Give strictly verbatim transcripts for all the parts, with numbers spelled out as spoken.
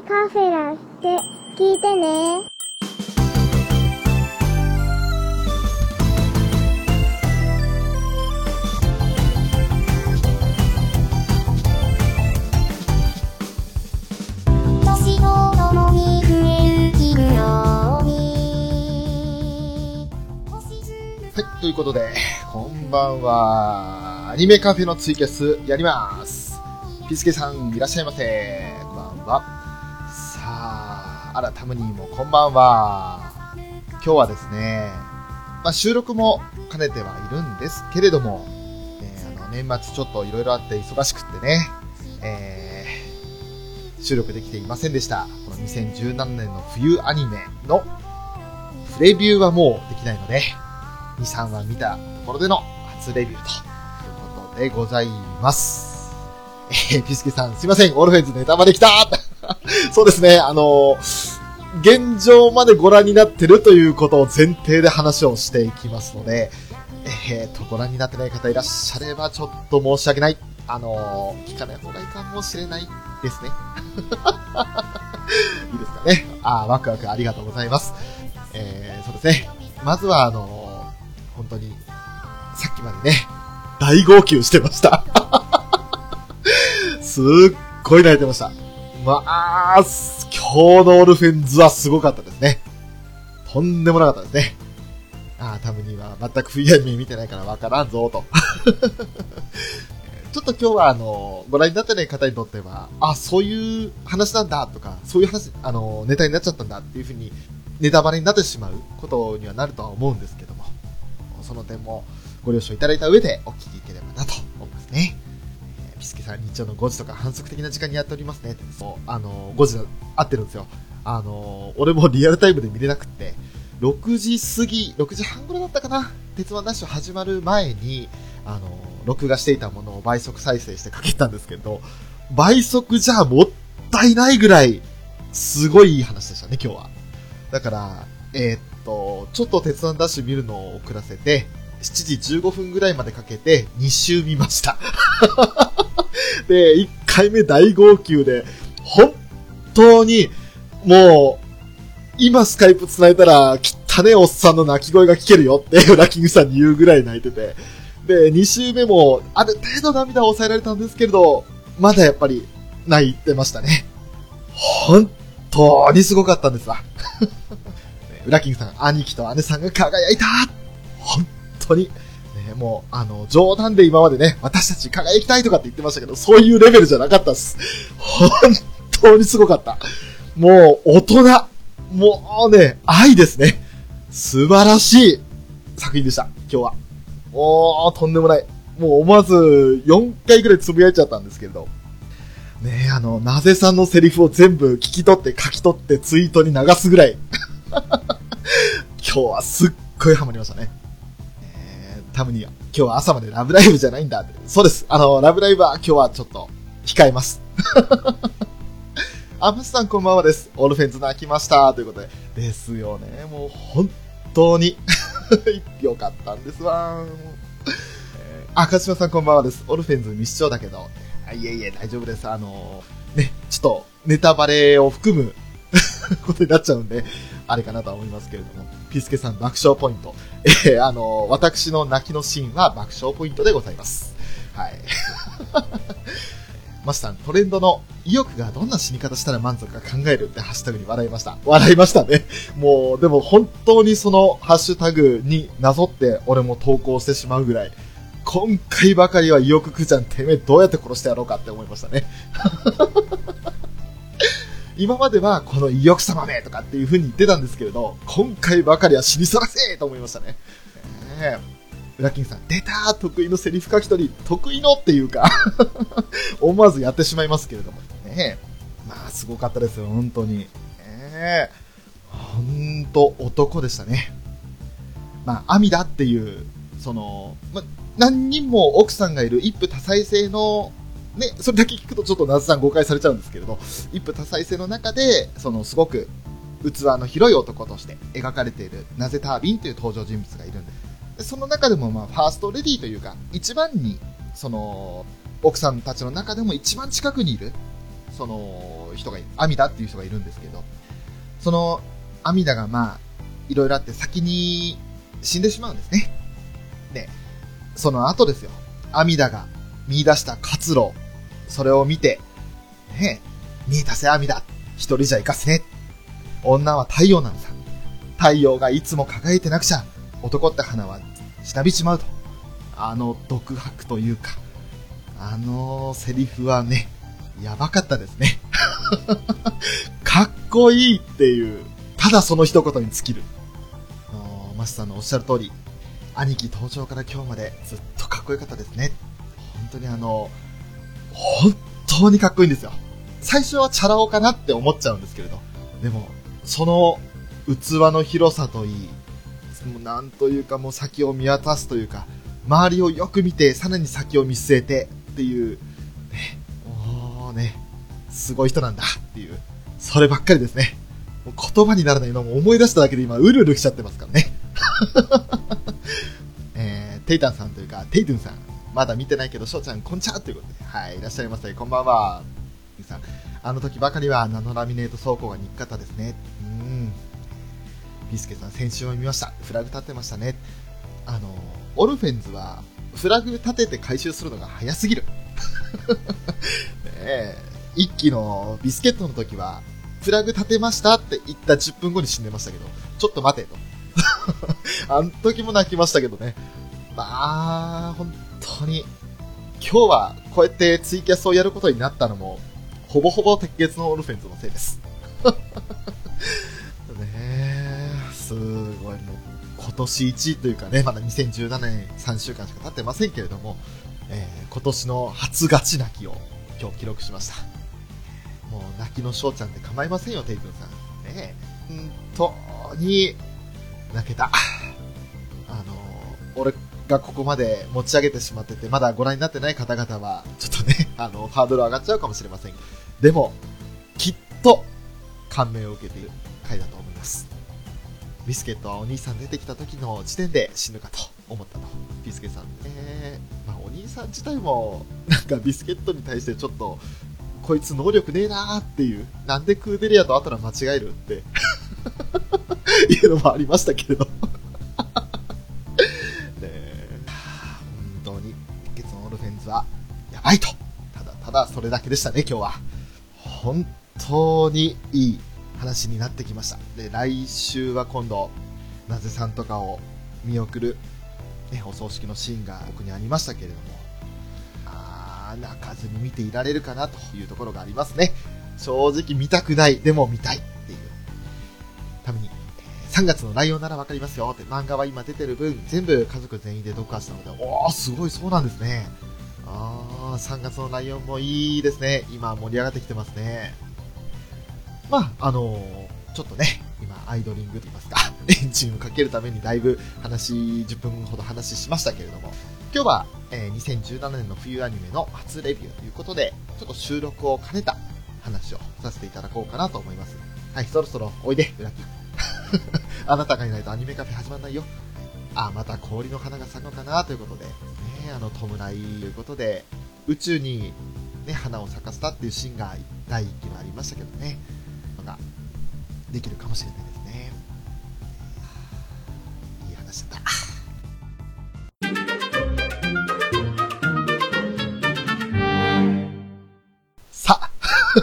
カフェラって聞いてね。 年とともに増える日のように。 はい、ということで、こんばんは。アニメカフェのツイキャスやります。ピスケさんいらっしゃいませ。こんばんは。さあ、あらタムニーもこんばんは。今日はですね、まあ、収録も兼ねてはいるんですけれども、えー、あの年末ちょっといろいろあって忙しくってね、えー、収録できていませんでした。このにせんじゅうななねんの冬アニメのプレビューはもうできないので、に、さんわ見たところでの初レビューということでございます。えー、ピスケさんすいません、オルフェンズネタバレきたそうですね、あのー、現状までご覧になってるということを前提で話をしていきますので、えーと、ご覧になってない方いらっしゃればちょっと申し訳ない。あのー、聞かない方がいいかもしれないですね。いいですかね。あー、ワクワクありがとうございます。えー、そうですね。まずはあのー、本当に、さっきまでね、大号泣してました。すっごい泣いてました。まあ、今日のオルフェンズはすごかったですね。とんでもなかったですね。ああ、タムには全く冬アニメ見てないからわからんぞ、と。ちょっと今日はあの、ご覧になってない方にとっては、あ、そういう話なんだとか、そういう話、あの、ネタになっちゃったんだっていう風に、ネタバレになってしまうことにはなるとは思うんですけども、その点もご了承いただいた上でお聞きいければなと思いますね。えー、ピスケさん日曜のごじとか反則的な時間にやっておりますね。そう、あのー、ごじ合ってるんですよ。あのー、俺もリアルタイムで見れなくって、ろくじ過ぎ、ろくじはん頃だったかな。鉄腕ダッシュ始まる前に、あのー、録画していたものを倍速再生してかけたんですけど、倍速じゃもったいないぐらい、すごいいい話でしたね、今日は。だから、えー、っと、ちょっと鉄腕ダッシュ見るのを遅らせて、しちじじゅうごふんぐらいまでかけてに週見ました。で、いっかいめ大号泣で、本当に、もう、今スカイプ繋いだら、汚ねおっさんの泣き声が聞けるよって、ウラキングさんに言うぐらい泣いてて。で、に週目も、ある程度涙を抑えられたんですけれど、まだやっぱり、泣いてましたね。本当にすごかったんですわ。ウラキングさん、兄貴と姉さんが輝いた本当に、ね、もう、あの、冗談で今までね、私たち輝きたいとかって言ってましたけど、そういうレベルじゃなかったです。本当にすごかった。もう、大人。もうね、愛ですね。素晴らしい作品でした、今日は。おー、とんでもない。もう思わずよんかいぐらいつぶやいちゃったんですけれど。ねえ、あの、なぜさんのセリフを全部聞き取って書き取ってツイートに流すぐらい。今日はすっごいハマりましたね。えー、タムに今日は朝までラブライブじゃないんだって。そうです。あの、ラブライブは今日はちょっと控えます。あ、マスさんこんばんはです。オルフェンズ泣きました。ということで。ですよね。もう本当によかったんですわ。えー、あ、かしまさんこんばんはです。オルフェンズ未視聴だけど。あ、いえいえ、大丈夫です。あのー、ね、ちょっとネタバレを含むことになっちゃうんで、あれかなとは思いますけれども、ピスケさん爆笑ポイント。えー、あのー、私の泣きのシーンは爆笑ポイントでございます。はい。マシさん、トレンドの意欲がどんな死に方したら満足か考えるってハッシュタグに笑いました。笑いましたね。もう、でも本当にそのハッシュタグになぞって俺も投稿してしまうぐらい、今回ばかりは意欲くじゃん、てめえどうやって殺してやろうかって思いましたね。今まではこの意欲様めとかっていう風に言ってたんですけれど、今回ばかりは死にさらせと思いましたね。ねえ。ウラキングさん、出たー得意のセリフ書き取り、得意のっていうか、思わずやってしまいますけれども。ねえ。まあ、すごかったですよ、本当に。ねえ。ほんと、男でしたね。まあ、アミダっていう、その、まあ、何人も奥さんがいる一夫多妻制の、ね、それだけ聞くとちょっと夏さん誤解されちゃうんですけれど、一夫多妻制の中で、そのすごく器の広い男として描かれているナゼタービンという登場人物がいるんです。でその中でもまあファーストレディーというか、一番に、その、奥さんたちの中でも一番近くにいる、その、 人がいる、阿弥陀っていう人がいるんですけど、その阿弥陀がまあ、いろいろあって先に死んでしまうんですね。で、その後ですよ。阿弥陀が見出した活路、それを見て、ねえ、見えたせ阿弥陀、一人じゃいかせね。女は太陽なのさ。太陽がいつも輝いてなくちゃ、男って花はしなびちまうと。あの独白というか、あのセリフはね、やばかったですね。かっこいいっていう、ただその一言に尽きる。マスさんのおっしゃる通り、兄貴登場から今日までずっとかっこよかったですね。本当にあの、本当にかっこいいんですよ。最初はチャラ男かなって思っちゃうんですけれど、でも、その器の広さといい、もうなんというかもう先を見渡すというか、周りをよく見て、さらに先を見据えてっていう、ね、おーね、すごい人なんだっていう、そればっかりですね。もう言葉にならないのも思い出しただけで今、うるうるしちゃってますからね。えー、テイタンさんというか、テイトゥンさん、まだ見てないけど、翔ちゃん、こんちゃということで、はい、いらっしゃいませ、こんばんは。さん、あの時ばかりはナノラミネート走行が憎かったですね。うん。ビスケさん、先週も見ました。フラグ立ってましたね。あの、オルフェンズは、フラグ立てて回収するのが早すぎる。ねえ、一期のビスケットの時は、フラグ立てましたって言ったじゅっぷんごに死んでましたけど、ちょっと待てと。あの時も泣きましたけどね。まあ、本当に、今日はこうやってツイキャスをやることになったのも、ほぼほぼ鉄血のオルフェンズのせいです。ねえ、すごい、もう、今年いちいというかね、まだにせんじゅうななねんさんしゅうかんしか経ってませんけれども、えー、今年の初ガチ泣きを今日記録しました。もう泣きの翔ちゃんで構いませんよ、テイ君さん。ねえ、本当に泣けた。あの、俺がここまで持ち上げてしまってて、まだご覧になってない方々は、ちょっとね、あの、ハードル上がっちゃうかもしれません。でも、きっと、感銘を受けている回だと思います。ビスケットはお兄さん出てきた時の時点で死ぬかと思ったと。ビスケさんね、まあお兄さん自体も、なんかビスケットに対してちょっと、こいつ能力ねえなーっていう、なんでクーデリアとアトラ間違えるっていうのもありましたけれどねえ、本当に鉄血のオルフェンズはやばいと、ただただそれだけでしたね。今日は本当にいい話になってきました。で、来週は今度なぜさんとかを見送る、ね、お葬式のシーンが僕にありましたけれども、泣かずに見ていられるかなというところがありますね。正直見たくない、でも見たいっていうために、さんがつのライオンならわかりますよって、漫画は今出てる分全部家族全員で読破したので、おーすごい、そうなんですね。あー、さんがつのライオンもいいですね。今盛り上がってきてますね。まああのー、ちょっとね、今アイドリングと言いますか、エンジンをかけるためにだいぶ話じゅっぷんほど話しましたけれども、今日は、えー、にせんじゅうななねんの冬アニメの初レビューということで、ちょっと収録を兼ねた話をさせていただこうかなと思います。はい、そろそろおいで、裏木。あなたがいないとアニメカフェ始まらないよ。あ、また氷の花が咲くのかなということで、ね、あの、弔いということで、宇宙に、ね、花を咲かせたっていうシーンが第一期もありましたけどね、のができるかもしれないですね。いい話だった。さあ、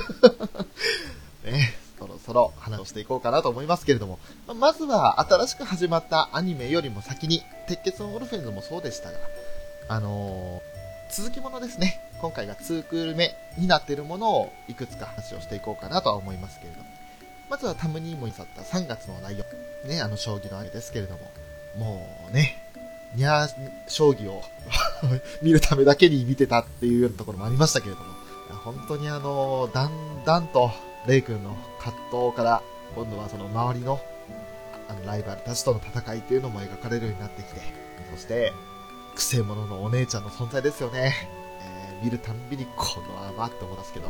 ね、そろそろ話をしていこうかなと思いますけれども、まずは新しく始まったアニメよりも先に、鉄血のオルフェンズもそうでしたが、あのー、続きものですね。今回がにクール目になっているものをいくつか話をしていこうかなとは思いますけれども、まずはタムニーもにさったさんがつのライオン、ね、あの将棋のアニメですけれども、もうね、ニャー将棋を見るためだけに見てたっていうようなところもありましたけれども、本当にあの、だんだんと、レイ君の葛藤から、今度はその周りの、あの、ライバルたちとの戦いっていうのも描かれるようになってきて、そして、くせ者のお姉ちゃんの存在ですよね。えー、見るたんびに、この甘って思いますけど。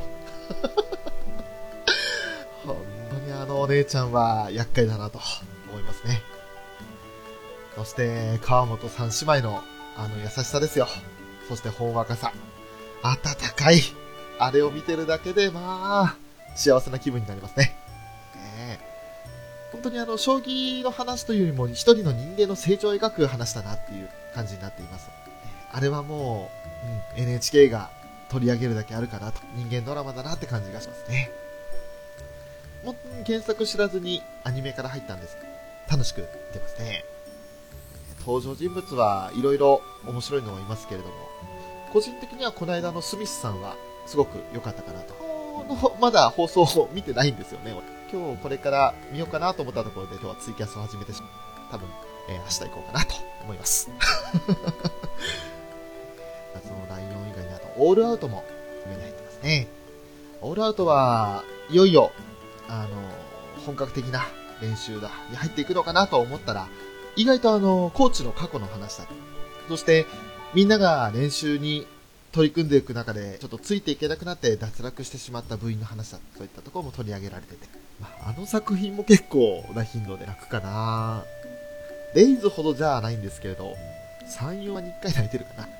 本当にあのお姉ちゃんは厄介だなと思いますね。そして、川本三姉妹の、あの優しさですよ。そして、ほんわかさ。温かい。あれを見てるだけで、まあ、 幸せな気分になりますね。ねえ本当にあの、将棋の話というよりも一人の人間の成長を描く話だなっていう感じになっています。あれはもう、うん、エヌエイチケー が取り上げるだけあるかなと、人間ドラマだなって感じがしますね。もう原作知らずにアニメから入ったんです。楽しく見てますね。登場人物はいろいろ面白いのもいますけれども、個人的にはこの間のスミスさんはすごく良かったかなと。のまだ放送を見てないんですよね。今日これから見ようかなと思ったところで今日はツイキャスを始めてしまう。多分、えー、明日行こうかなと思います。夏のライオン以外にあとオールアウトも目に入ってますね。オールアウトはいよいよあの本格的な練習だに入っていくのかなと思ったら、意外とあのコーチの過去の話だ。そしてみんなが練習に取り組んでいく中でちょっとついていけなくなって脱落してしまった部員の話だ。そういったところも取り上げられてて、まあ、あの作品も結構な頻度で泣くかな。レイズほどじゃないんですけれど、さん、よんわにいっかい泣いてるかな。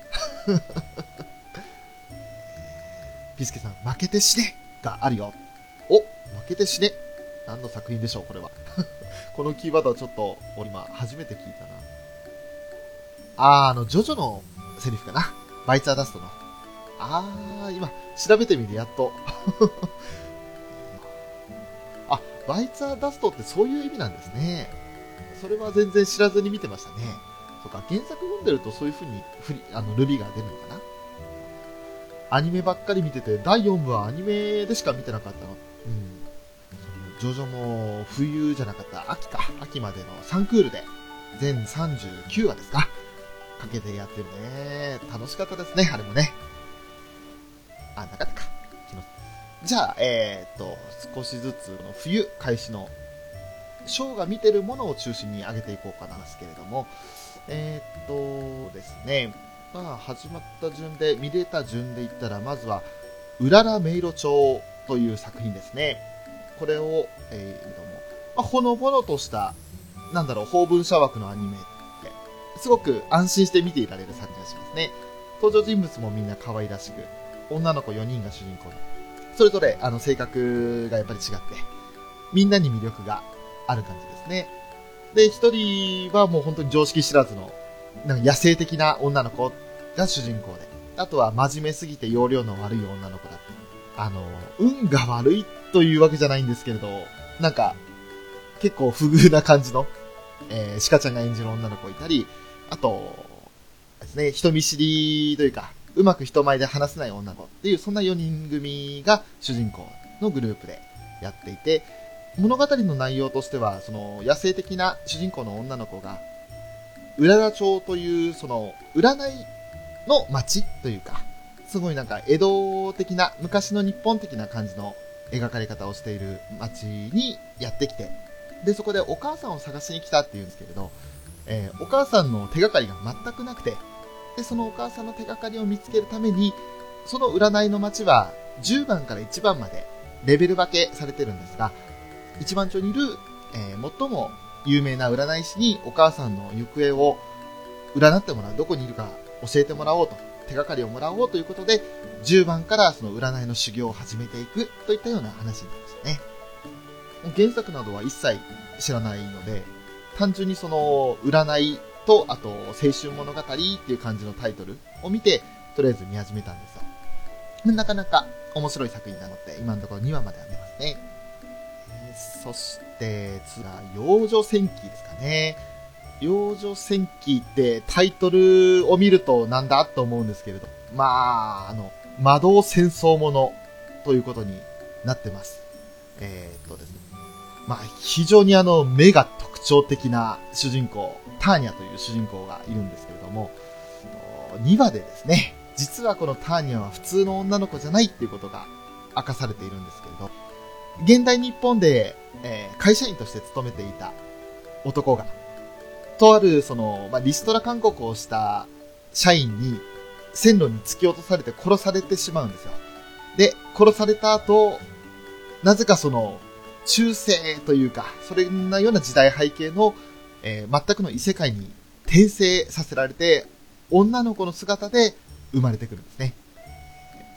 ピスケさん、負けて死ねがあるよ。お、負けて死ね。何の作品でしょうこれは。このキーワードはちょっと俺今初めて聞いたな。あー、あのジョジョのセリフかな。バイツァーダストの。あー、今調べてみてやっと。あ、バイツァーダストってそういう意味なんですね。それは全然知らずに見てましたね。そうか、原作読んでるとそういう風にフリあのルビが出るのかな。アニメばっかり見てて、だいよんぶはアニメでしか見てなかったの。うん。ジョジョも冬じゃなかった、秋か。秋までのさんクールで、全さんじゅうきゅうわですか。かけてやってるね。楽しかったですね、あれもね。あ、なかったか。昨日。じゃあ、えー、っと、少しずつの冬開始のショーが見てるものを中心に上げていこうかなんですけれども、えー、っとですね、まあ、始まった順で、見れた順で言ったら、まずは、うらら迷路帳という作品ですね。これを、えー、ども、まあ、ほのぼのとした、なんだろう、法文社枠のアニメ。すごく安心して見ていられる作品がしますね。登場人物もみんな可愛らしく、女の子よにんが主人公で、それぞれあの性格がやっぱり違って、みんなに魅力がある感じですね。で、一人はもう本当に常識知らずの、なんか野生的な女の子が主人公で、あとは真面目すぎて容量の悪い女の子だって。あの、運が悪いというわけじゃないんですけれど、なんか、結構不遇な感じの、えー、鹿ちゃんが演じる女の子いたり、あとですね、人見知りというか、うまく人前で話せない女の子っていう、そんなよにん組が主人公のグループでやっていて、物語の内容としては、その野生的な主人公の女の子が、うらら町という、その、占いの町というか、すごいなんか江戸的な、昔の日本的な感じの描かれ方をしている町にやってきて、で、そこでお母さんを探しに来たっていうんですけれど、えー、お母さんの手がかりが全くなくて、で、そのお母さんの手がかりを見つけるために、その占いの町はじゅうばんからいちばんまでレベル分けされてるんですが、一番町にいる、えー、最も有名な占い師にお母さんの行方を占ってもらう、どこにいるか教えてもらおうと、手がかりをもらおうということで、じゅうばんからその占いの修行を始めていくといったような話になりましたね。原作などは一切知らないので、単純にその占いと、あと青春物語っていう感じのタイトルを見て、とりあえず見始めたんですよ。なかなか面白い作品なので、今のところにわまでは出ますね。えー、そして、次は、幼女戦記ですかね。幼女戦記ってタイトルを見るとなんだと思うんですけれど、まあ、あの、魔導戦争ものということになってます。えー、っとですね。まあ、非常にあの、目が特徴的な主人公、ターニャという主人公がいるんですけれども、にわでですね、実はこのターニャは普通の女の子じゃないっていうことが明かされているんですけれど、現代日本で、えー、会社員として勤めていた男が、とあるその、まあ、リストラ勧告をした社員に線路に突き落とされて殺されてしまうんですよ。で、殺された後、なぜかその、中世というか、それなような時代背景の、えー、全くの異世界に転生させられて、女の子の姿で生まれてくるんですね。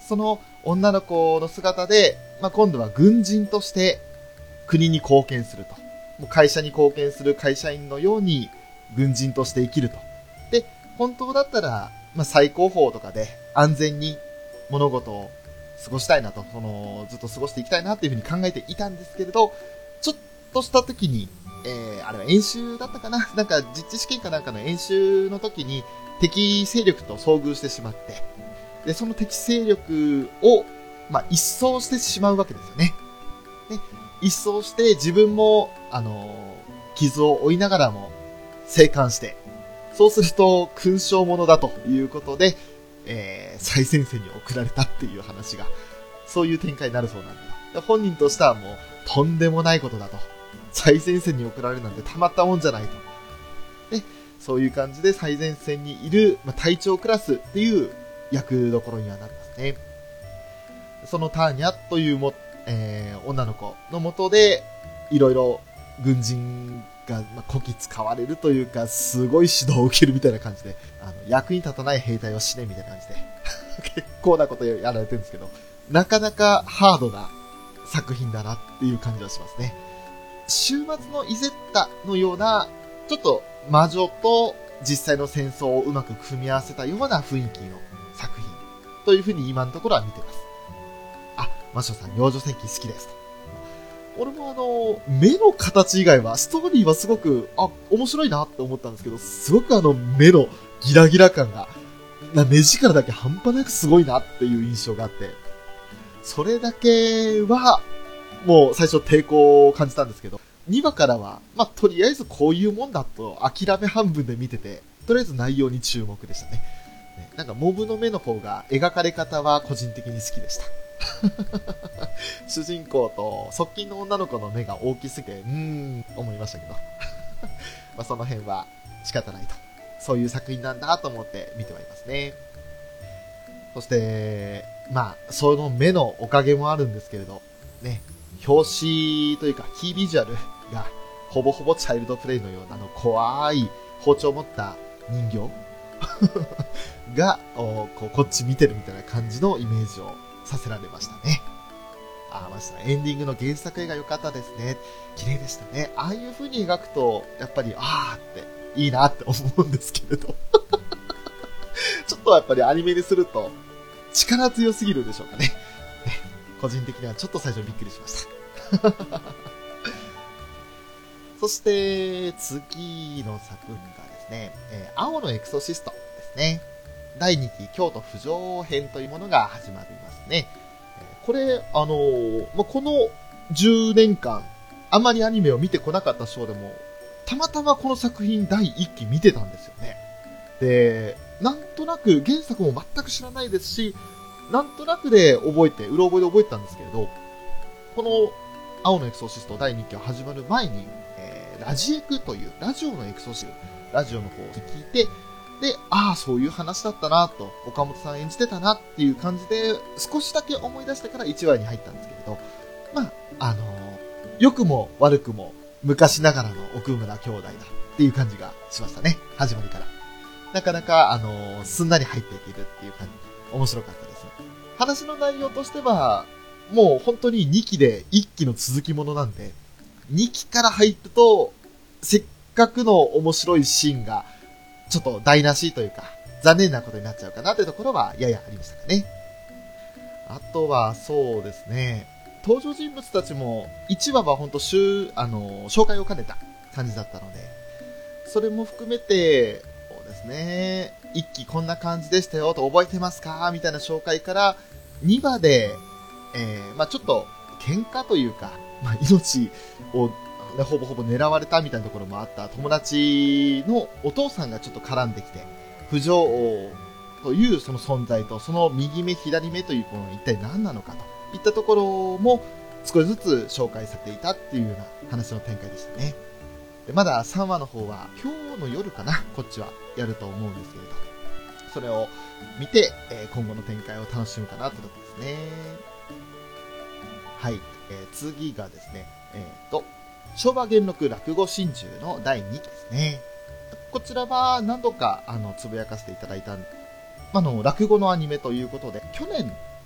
その女の子の姿で、まあ、今度は軍人として国に貢献すると。もう会社に貢献する会社員のように軍人として生きると。で、本当だったら、まあ、最高峰とかで安全に物事を過ごしたいなと、その、ずっと過ごしていきたいなっていうふうに考えていたんですけれど、ちょっとした時に、えー、あれは演習だったかな、なんか実地試験かなんかの演習の時に敵勢力と遭遇してしまって、で、その敵勢力を、まあ、一掃してしまうわけですよね。で、一掃して自分も、あのー、傷を負いながらも生還して、そうすると勲章者だということで、えー、最前線に送られたっていう話が、そういう展開になるそうなんだよ。で、本人としてはもう、とんでもないことだと。最前線に送られるなんてたまったもんじゃないと。で、そういう感じで最前線にいる、まあ、隊長クラスっていう役どころにはなりますね。そのターニャというも、えー、女の子のもとで、いろいろ軍人が、まあ、こき使われるというか、すごい指導を受けるみたいな感じで、あの、役に立たない兵隊は死ねみたいな感じで、結構なことやられてるんですけど、なかなかハードな作品だなっていう感じはしますね。週末のイゼッタのような、ちょっと魔女と実際の戦争をうまく組み合わせたような雰囲気の作品というふうに今のところは見てます。あ、マショさん、幼女戦記好きですと。俺もあの、目の形以外は、ストーリーはすごく、あ、面白いなって思ったんですけど、すごくあの目のギラギラ感が、な目力だけ半端なくすごいなっていう印象があって、それだけは、もう最初抵抗を感じたんですけど、にわからは、まあ、とりあえずこういうもんだと諦め半分で見てて、とりあえず内容に注目でしたね。ね、なんかモブの目の方が描かれ方は個人的に好きでした。主人公と側近の女の子の目が大きすぎて、うーん、思いましたけど。まあその辺は仕方ないと。そういう作品なんだと思って見てはいますね。そして、まあ、その目のおかげもあるんですけれど、ね、表紙というかキービジュアルがほぼほぼチャイルドプレイのようなあの怖い包丁を持った人形がこうこっち見てるみたいな感じのイメージをさせられましたね。あ、ました。エンディングの原作絵が良かったですね。綺麗でしたね。ああいう風に描くと、やっぱり、あーっていいなって思うんですけれど。ちょっとやっぱりアニメにすると力強すぎるでしょうかね。個人的にはちょっと最初びっくりしました。そして次の作品がですね、えー、青のエクソシストですね。だいにき京都浮上編というものが始まりますね。これ、あのー、まあ、このじゅうねんかん、あまりアニメを見てこなかった人でも、たまたまこの作品だいいっき見てたんですよね。で、なんとなく原作も全く知らないですし、なんとなくで覚えて、うろ覚えで覚えてたんですけれど、この青のエクソシストだいにきが始まる前に、えー、ラジエクという、ラジオのエクソシスト、ラジオの方を聞いて、で、ああ、そういう話だったなと、岡本さん演じてたなっていう感じで、少しだけ思い出してからいちわに入ったんですけれど、まあ、あのー、良くも悪くも昔ながらの奥村兄弟だっていう感じがしましたね。始まりから。なかなか、あのー、すんなり入っていけるっていう感じ。面白かったです。話の内容としては、もう本当ににきでいっきの続きものなんで、にきから入ると、せっかくの面白いシーンが、ちょっと台無しというか、残念なことになっちゃうかなというところは、ややありましたかね。あとは、そうですね、登場人物たちも、いちわは本当、あの、紹介を兼ねた感じだったので、それも含めて、そうですね、いっきこんな感じでしたよと覚えてますかみたいな紹介から、にわで、えー、まあちょっと、喧嘩というか、まあ命を、ね、ほぼほぼ狙われたみたいなところもあった友達のお父さんがちょっと絡んできて、不条王というその存在と、その右目左目というものが一体何なのかといったところも少しずつ紹介されていたっていうような話の展開でしたね。でまださんわの方は今日の夜かな、こっちはやると思うんですけれど、それを見て、えー、今後の展開を楽しむかなってところですね。はい、えー、次がですね、えっと昭和元禄落語心中のだいにきですね。こちらは何度かあのつぶやかせていただいた、あの落語のアニメということで、去年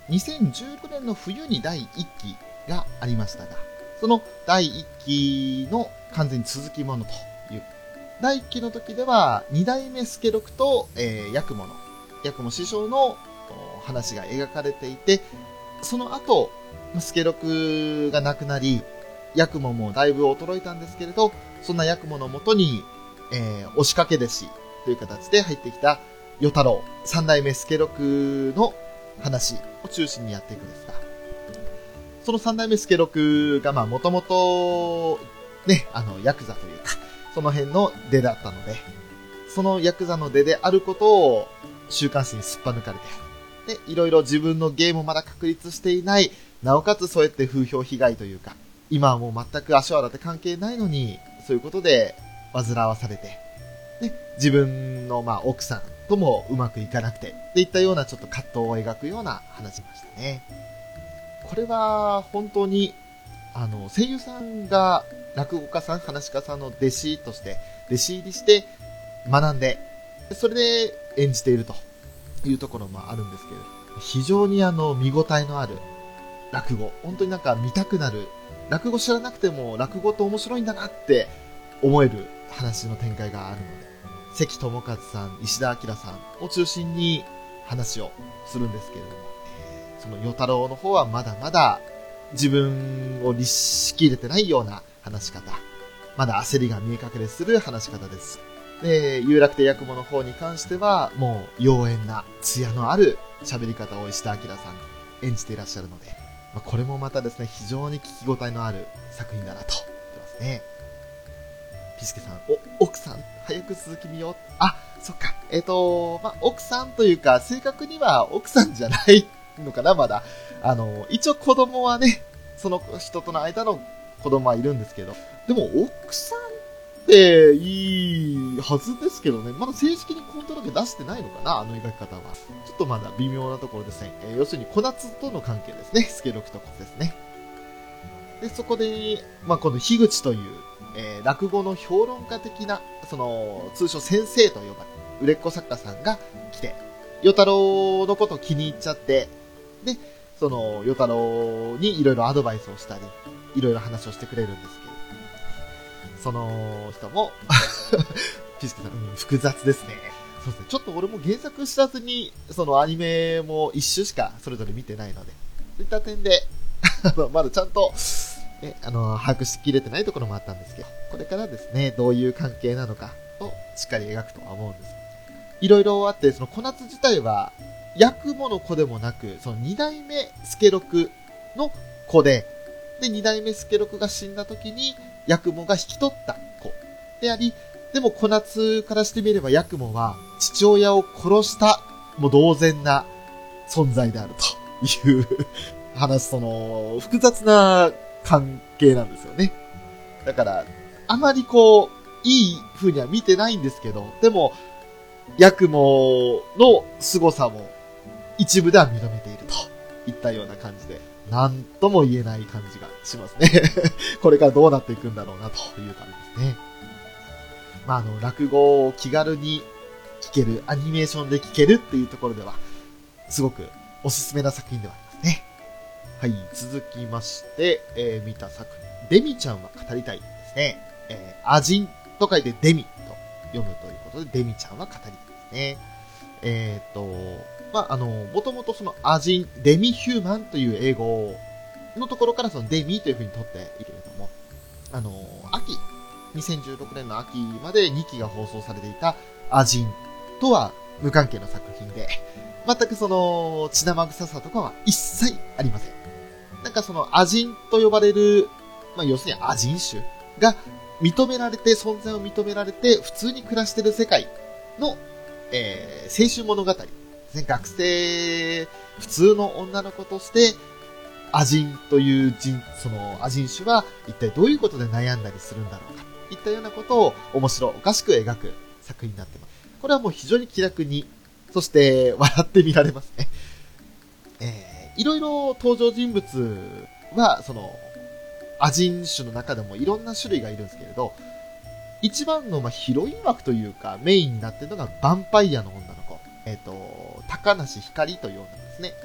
にせんじゅうろくねんの冬にだいいっきがありましたが、そのだいいっきの完全に続きものという。だいいっきの時では、に代目助六と、えー、八雲の、八雲師匠の話が描かれていて、その後、助六が亡くなり、八雲もだいぶ衰えたんですけれど、そんな八雲のもとに、えー、押しかけ弟子という形で入ってきた与太郎、三代目助六の話を中心にやっていくんですが、その三代目助六がまあもともとね、あのヤクザというか、その辺の出だったので、そのヤクザの出であることを週刊誌にすっぱ抜かれて、で、いろいろ自分の芸もまだ確立していない、なおかつそうやって風評被害というか、今はもう全く足を洗って関係ないのに、そういうことで煩わされて、で、自分のまあ奥さんともうまくいかなくて、っていったようなちょっと葛藤を描くような話でしたね。これは本当に、あの、声優さんが落語家さん、話し家さんの弟子として、弟子入りして学んで、それで演じているというところもあるんですけれど、非常にあの、見応えのある落語、本当になんか見たくなる、落語知らなくても落語って面白いんだなって思える話の展開があるので、関智一さん、石田明さんを中心に話をするんですけれども、その与太郎の方はまだまだ自分を律しきれてないような話し方、まだ焦りが見え隠れする話し方です。で、有楽亭八雲の方に関しては、もう妖艶な艶のある喋り方を石田明さん演じていらっしゃるので、まあ、これもまたですね、非常に聞き応えのある作品だなと思ってますね。ピスケさん、お、奥さん、早く続き見よう。あ、そっか。えっと、まあ、奥さんというか、正確には奥さんじゃないのかな、まだ。あの、一応子供はね、その人との間の子供はいるんですけど、でも奥さんっていいはずですけどね、まだ正式に婚届出してないのかな、あの描き方は。ちょっとまだ微妙なところですね。えー、要するに小夏との関係ですね。助六とですね。で、そこで、まあ、この樋口という、えー、落語の評論家的な、その、通称先生と呼ばれる売れっ子作家さんが来て、与太郎のことを気に入っちゃって、で、その、与太郎にいろいろアドバイスをしたり、いろいろ話をしてくれるんですけど、その人も、ピスケさん、うん、複雑ですね。そうですね。ちょっと俺も原作知らずに、そのアニメも一周しかそれぞれ見てないので、そういった点で、まだちゃんと、ね、あの、把握しきれてないところもあったんですけど、これからですね、どういう関係なのかをしっかり描くとは思うんです。いろいろあって、その小夏自体は、八雲の子でもなく、その二代目助六の子で、で、二代目助六が死んだ時に、八雲が引き取った子であり、でも小夏からしてみれば八雲は父親を殺したもう同然な存在であるという話、その複雑な関係なんですよね。だからあまりこういい風には見てないんですけど、でも八雲の凄さも一部では認めているといったような感じで、なんとも言えない感じがしますね。これからどうなっていくんだろうなという感じですね。まあ、あの、落語を気軽に聞ける、アニメーションで聞けるっていうところでは、すごくおすすめな作品ではありますね。はい、続きまして、えー、見た作品。デミちゃんは語りたいですね。えー、アジンと書いてデミと読むということで、デミちゃんは語りたいですね。えー、っと、まあ、あの、もともとそのアジン、デミヒューマンという英語のところからそのデミという風に取っているけれども、あの、秋、にせんじゅうろくねんの秋までにきが放送されていたアジンとは無関係の作品で、全くその血生臭さとかは一切ありません。なんかそのアジンと呼ばれる、まあ、要するにアジン種が認められて、存在を認められて普通に暮らしている世界の、えー、青春物語ですね。学生、普通の女の子としてアジンという人、そのアジン種は一体どういうことで悩んだりするんだろうか。いったようなことを面白おかしく描く作品になっています。これはもう非常に気楽に、そして笑って見られますね。えー、いろいろ登場人物は、その、アジン種の中でもいろんな種類がいるんですけれど、一番のまあヒロイン枠というかメインになっているのがヴァンパイアの女の子。えっと、高梨ひかりという女ですね。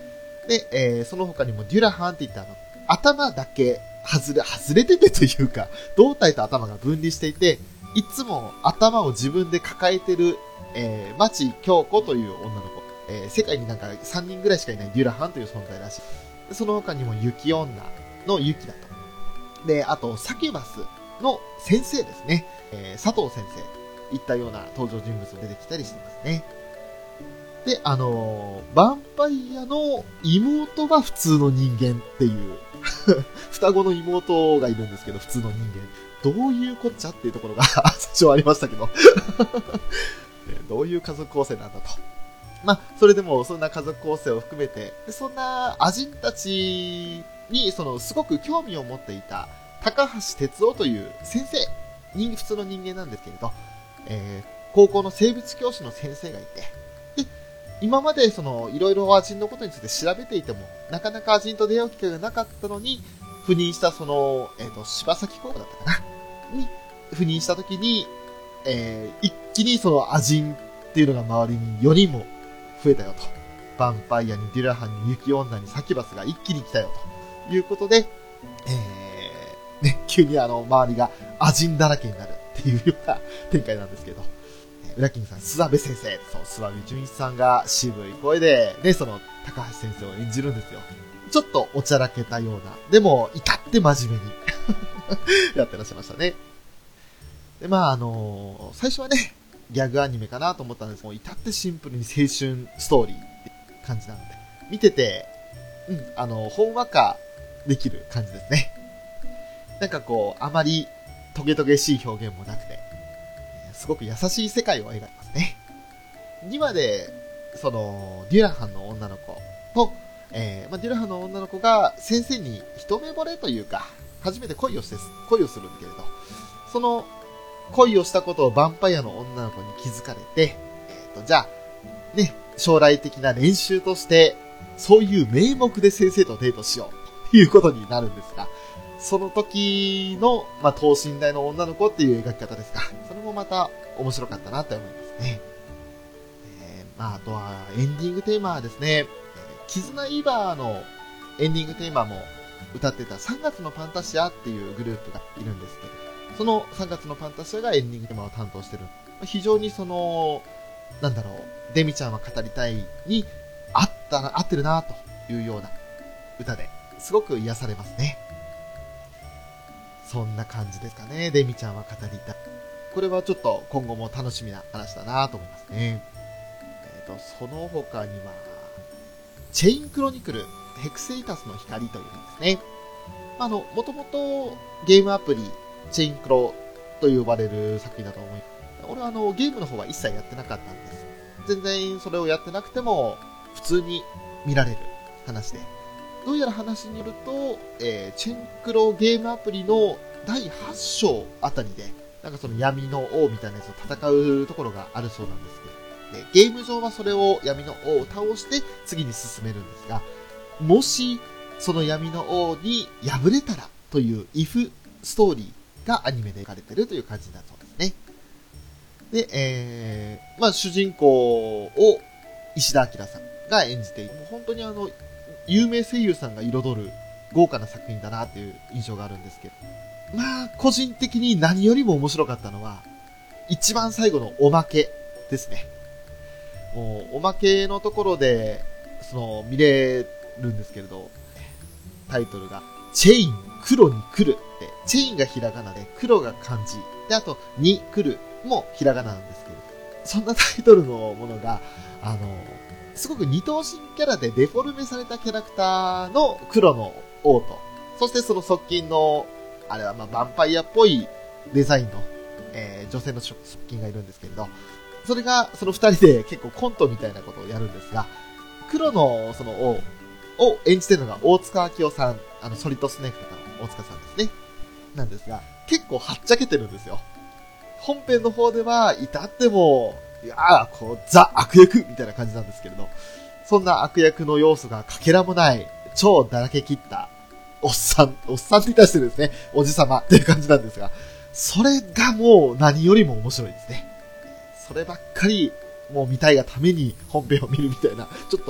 で、えー、その他にもデュラハンって言ったあの、頭だけ外れ、外れててというか、胴体と頭が分離していて、いつも頭を自分で抱えてる、えー、町京子という女の子。えー、世界になんかさんにんぐらいしかいないデュラハンという存在らしい。でその他にも雪女の雪だと。で、あと、サキュバスの先生ですね。えー、佐藤先生。いったような登場人物も出てきたりしてますね。で、あのー、ヴァンパイアの妹は普通の人間っていう、双子の妹がいるんですけど、普通の人間。どういうこっちゃっていうところが最初はありましたけど。どういう家族構成なんだと。まあ、それでも、そんな家族構成を含めて、でそんなアジンたちに、その、すごく興味を持っていた、高橋哲夫という先生、人普通の人間なんですけれど、えー、高校の生物教師の先生がいて、で、今までその、いろいろアジンのことについて調べていても、なかなかアジンと出会う機会がなかったのに、赴任したその、えっと、柴崎高校だったかなに、赴任した時に、えー、一気にそのアジンっていうのが周りによにんも増えたよと。ヴァンパイアにデュラハンに雪女にサキュバスが一気に来たよということで、えー、ね、急にあの、周りがアジンだらけになるっていうような展開なんですけど、ウラキングさん、諏訪部先生、そう、諏訪部純一さんが渋い声で、ね、その、高橋先生を演じるんですよ。ちょっとおちゃらけたような、でも、至って真面目にやってらっしゃいましたね。で、まあ、あのー、最初はね、ギャグアニメかなと思ったんですけど、至ってシンプルに青春ストーリーって感じなので、見てて、うん、あの、ほんわかできる感じですね。なんかこう、あまりトゲトゲしい表現もなくて、すごく優しい世界を描いてますね。にわで、その、デュラハンの女の子と、えー、まあ、デュラハンの女の子が先生に一目惚れというか、初めて恋をして、恋をするんだけれど、その恋をしたことをヴァンパイアの女の子に気づかれて、えっと、じゃあ、ね、将来的な練習として、そういう名目で先生とデートしよう、ということになるんですが、その時の、まあ、等身大の女の子っていう描き方ですが、それもまた面白かったなって思いますね。えー、まあ、あとは、エンディングテーマはですね、キズナイバーのエンディングテーマも歌ってたさんがつのパンタシアっていうグループがいるんですけど、そのさんがつのパンタシアがエンディングテーマを担当してる。非常にその、なんだろう、デミちゃんは語りたいに合ったな、合ってるなというような歌で、すごく癒されますね。そんな感じですかね、デミちゃんは語りたい。これはちょっと今後も楽しみな話だなと思いますね。えっと、その他には、チェインクロニクル、ヘクセイタスの光というんですね。あの、もともとゲームアプリ、チェインクロと呼ばれる作品だと思います。俺はあの、ゲームの方は一切やってなかったんです。全然それをやってなくても、普通に見られる話で。どうやら話によると、えー、チェインクロゲームアプリのだいはち章あたりで、なんかその闇の王みたいなやつと戦うところがあるそうなんですけど、でゲーム上はそれを闇の王を倒して次に進めるんですが、もしその闇の王に敗れたらという イフ ストーリーがアニメで描かれているという感じだそうですね。で、えー、まあ主人公を石田明さんが演じていて、もう本当にあの、有名声優さんが彩る豪華な作品だなっていう印象があるんですけど、まあ個人的に何よりも面白かったのは一番最後のおまけですね。もうおまけのところでその見れるんですけれど、タイトルがチェイン黒に来るって、チェインがひらがなで黒が漢字で、あとに来るもひらがななんですけど、そんなタイトルのものがあのすごく二頭身キャラでデフォルメされたキャラクターの黒の王と、そしてその側近のあれはまあヴァンパイアっぽいデザインの、えー、女性の側近がいるんですけれど、それがその二人で結構コントみたいなことをやるんですが、黒のその王を演じてるのが大塚明夫さん、あのソリッドスネークとかの大塚さんですね。なんですが、結構はっちゃけてるんですよ。本編の方では至っても、いやー、こう、ザ悪役みたいな感じなんですけれど、そんな悪役の要素がかけらもない、超だらけ切った、おっさん、おっさんって言い出してるんですね。おじさまっていう感じなんですが、それがもう何よりも面白いですね。そればっかり、もう見たいがために本編を見るみたいな、ちょっと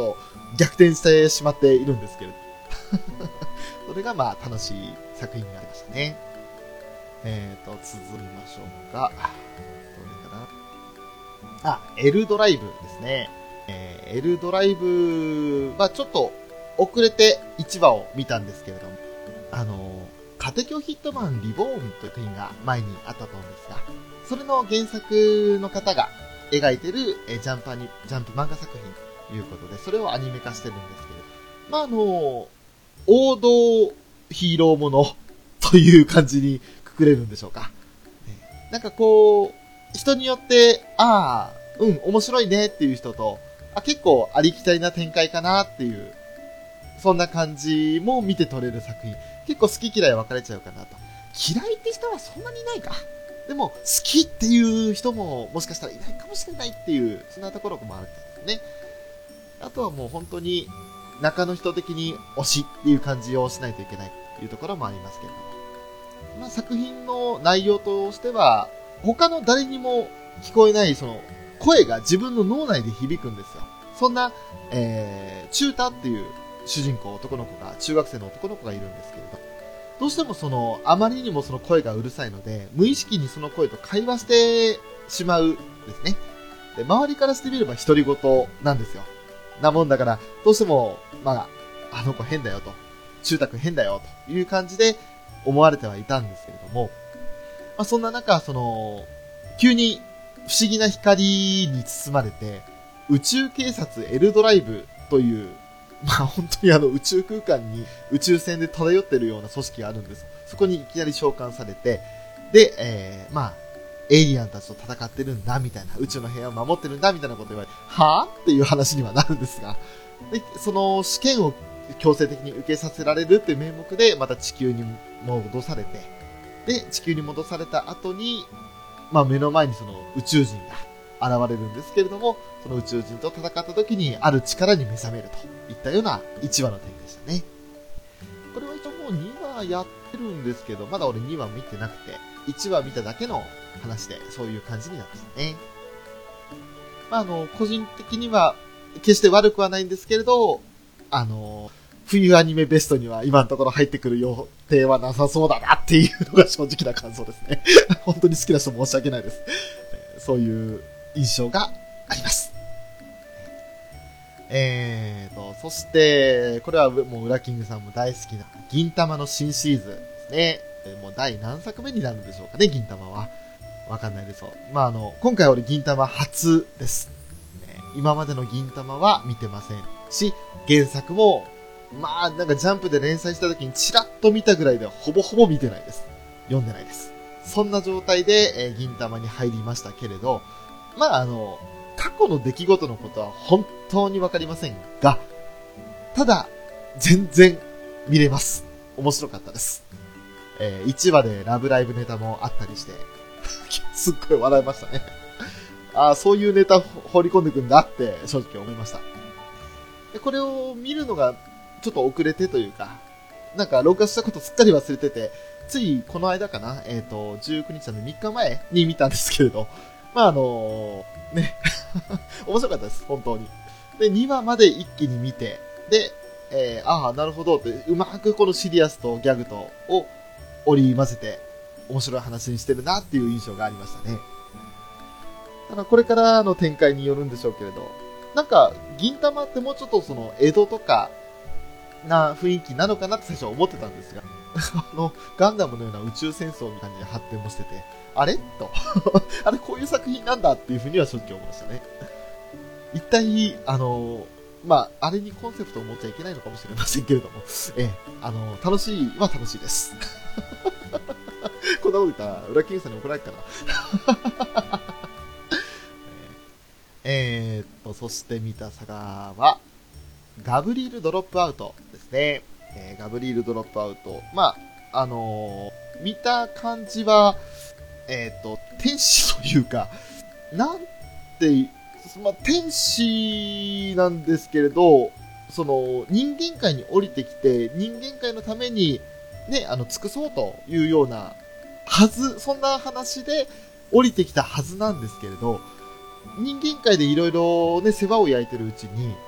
逆転してしまっているんですけれど。それがまあ楽しい作品になりましたね。えーと、続きましょうか。どれかな。あ、エルドライブですね。えー、エルドライブはちょっと遅れていちわを見たんですけれども、あの、カテキョヒットマンリボーンという作品が前にあったと思うんですが、それの原作の方が描いてるえジャンプアニ、ジャンプ漫画作品ということで、それをアニメ化してるんですけど、まあ、あの、王道ヒーローものという感じにくくれるんでしょうか。ね、なんかこう、人によって、ああ、うん、面白いねっていう人と、あ、結構ありきたりな展開かなっていう、そんな感じも見て取れる作品。結構好き嫌い分かれちゃうかなと。嫌いって人はそんなにいないか。でも、好きっていう人ももしかしたらいないかもしれないっていう、そんなところもあるんですね。あとはもう本当に、中の人的に推しっていう感じをしないといけないというところもありますけれども。まあ、作品の内容としては、他の誰にも聞こえない、その、声が自分の脳内で響くんですよ。そんな、えー、中太っていう主人公、男の子が、中学生の男の子がいるんですけれど、どうしてもその、あまりにもその声がうるさいので、無意識にその声と会話してしまうですね。で、周りからしてみれば独り言なんですよ。なもんだから、どうしても、まあ、あの子変だよと、中太くん変だよという感じで思われてはいたんですけれども、まあ、そんな中、その、急に不思議な光に包まれて、宇宙警察エルドライブという、まあ本当にあの宇宙空間に宇宙船で漂ってるような組織があるんです。そこにいきなり召喚されて、で、えー、まあ、エイリアンたちと戦ってるんだみたいな、宇宙の平和を守ってるんだみたいなこと言われて、はぁっていう話にはなるんですが、で、その試験を強制的に受けさせられるっていう名目で、また地球に戻されて、で、地球に戻された後に、まあ目の前にその宇宙人が現れるんですけれども、その宇宙人と戦った時にある力に目覚めるといったようないちわの展開でしたね。これは一応もうにわやってるんですけど、まだ俺にわ見てなくて、いちわ見ただけの話で、そういう感じになってましたね。まああの、個人的には決して悪くはないんですけれど、あの、冬アニメベストには今のところ入ってくる予定はなさそうだなっていうのが正直な感想ですね。本当に好きな人申し訳ないです。そういう印象があります。えーと、そして、これはもうウラキングさんも大好きな銀玉の新シーズンですね。もう第何作目になるんでしょうかね、銀玉は。わかんないですよ。まああの、今回俺銀玉初です。今までの銀玉は見てませんし、原作もまあ、なんかジャンプで連載した時にチラッと見たぐらいでほぼほぼ見てないです。読んでないです。そんな状態で、えー、銀玉に入りましたけれど、まああの、過去の出来事のことは本当にわかりませんが、ただ、全然見れます。面白かったです。えー、いちわでラブライブネタもあったりして、すっごい笑いましたね。ああ、そういうネタ放り込んでくんだって正直思いました。で、これを見るのがちょっと遅れてというか、なんか録画したことすっかり忘れてて、ついこの間かな、えっと、じゅうくにちなんでみっかまえに見たんですけれど、まああのー、ね、面白かったです、本当に。で、にわまで一気に見て、で、えー、ああ、なるほどって、うまくこのシリアスとギャグとを織り交ぜて、面白い話にしてるなっていう印象がありましたね。ただこれからの展開によるんでしょうけれど、なんか、銀玉ってもうちょっとその、江戸とか、な雰囲気なのかなって最初は思ってたんですが、あの、ガンダムのような宇宙戦争みたいな発展もしてて、あれと。あれ、こういう作品なんだっていうふうには正直思いましたね。一体、あの、まあ、あれにコンセプトを持っちゃいけないのかもしれませんけれども、ええ、あの、楽しいは楽しいです。こんなこと言ったら、裏キングさんに怒られるかな。えーっと、そして見た作画は、ガブリールドロップアウトですね。えー、ガブリールドロップアウト。まあ、あのー、見た感じは、えーっと、天使というか、なんて、まあ、天使なんですけれど、その、人間界に降りてきて、人間界のために、ね、あの、尽くそうというような、はず、そんな話で降りてきたはずなんですけれど、人間界でいろいろね、世話を焼いてるうちに、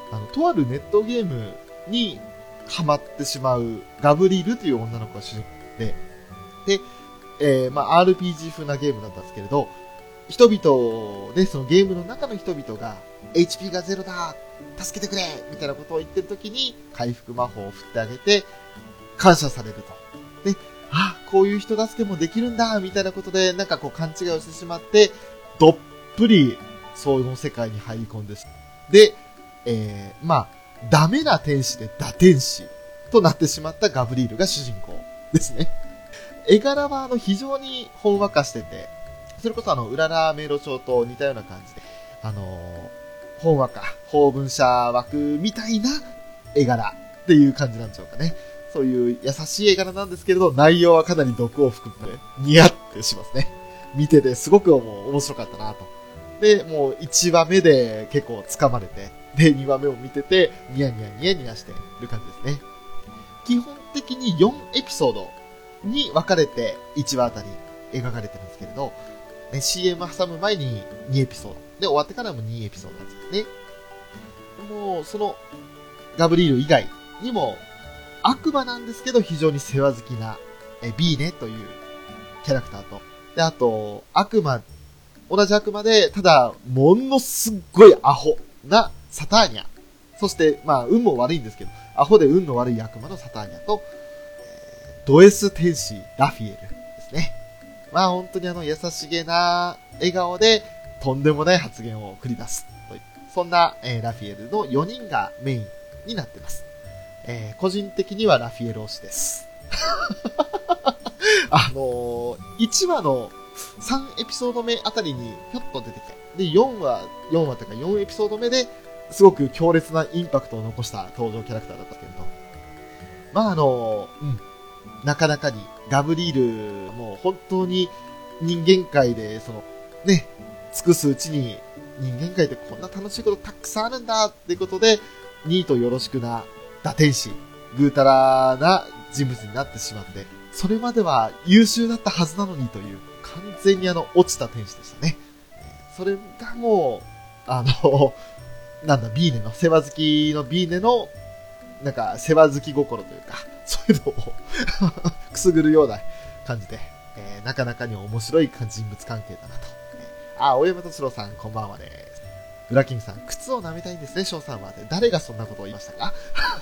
あの、とあるネットゲームにハマってしまうガブリールという女の子が主人公で、で、えー、まあ、アールピージー 風なゲームなんですけれど、人々で、そのゲームの中の人々が、エイチピー がゼロだ助けてくれみたいなことを言ってるときに、回復魔法を振ってあげて、感謝されると。で、あ、こういう人助けもできるんだみたいなことで、なんかこう勘違いをしてしまって、どっぷり、その世界に入り込んでしまう。で、えー、まあ、ダメな天使で打天使となってしまったガブリールが主人公ですね。絵柄はあの非常にほんわかしてて、それこそあの、うらら迷路帳と似たような感じで、あのー、ほんわか、法文社枠みたいな絵柄っていう感じなんでしょうかね。そういう優しい絵柄なんですけれど、内容はかなり毒を含むので、ニヤってしますね。見ててすごくもう面白かったなと。で、もういちわめで結構掴まれて、で、にわめを見てて、ニヤニヤニヤニヤしてる感じですね。基本的によんエピソードに分かれていちわあたり描かれてるんですけれど、ね、シーエム 挟む前ににエピソード。で、終わってからもにエピソードなんですね。もう、その、ガブリール以外にも、悪魔なんですけど非常に世話好きな、え、ビーネというキャラクターと、で、あと、悪魔、同じ悪魔で、ただ、ものすっごいアホなサターニャ。そして、まあ、運も悪いんですけど、アホで運の悪い悪魔のサターニャと、えー、ド S 天使ラフィエルですね。まあ、本当にあの、優しげな笑顔で、とんでもない発言を繰り出すという。そんな、えー、ラフィエルのよにんがメインになっています。えー、個人的にはラフィエル推しです。あのー、いちわのさんエピソード目あたりにひょっと出てきて、で、よんわ、よんわというかよんエピソード目ですごく強烈なインパクトを残した登場キャラクターだったけれど、まああのー、うん、なかなかにガブリールもう本当に人間界でそのね、尽くすうちに人間界でこんな楽しいことたくさんあるんだっていうことで、ニートよろしくな打天使、ぐうたらな人物になってしまって、それまでは優秀だったはずなのにという、完全にあの、落ちた天使でしたね。それがもう、あの、なんだ、ビーネの、世話好きのビーネの、なんか、世話好き心というか、そういうのをくすぐるような感じで、えー、なかなかに面白い人物関係だなと。あ、大山敏郎さん、こんばんはです。ウラキングさん、靴を舐めたいんですね、翔さんは。誰がそんなことを言いましたか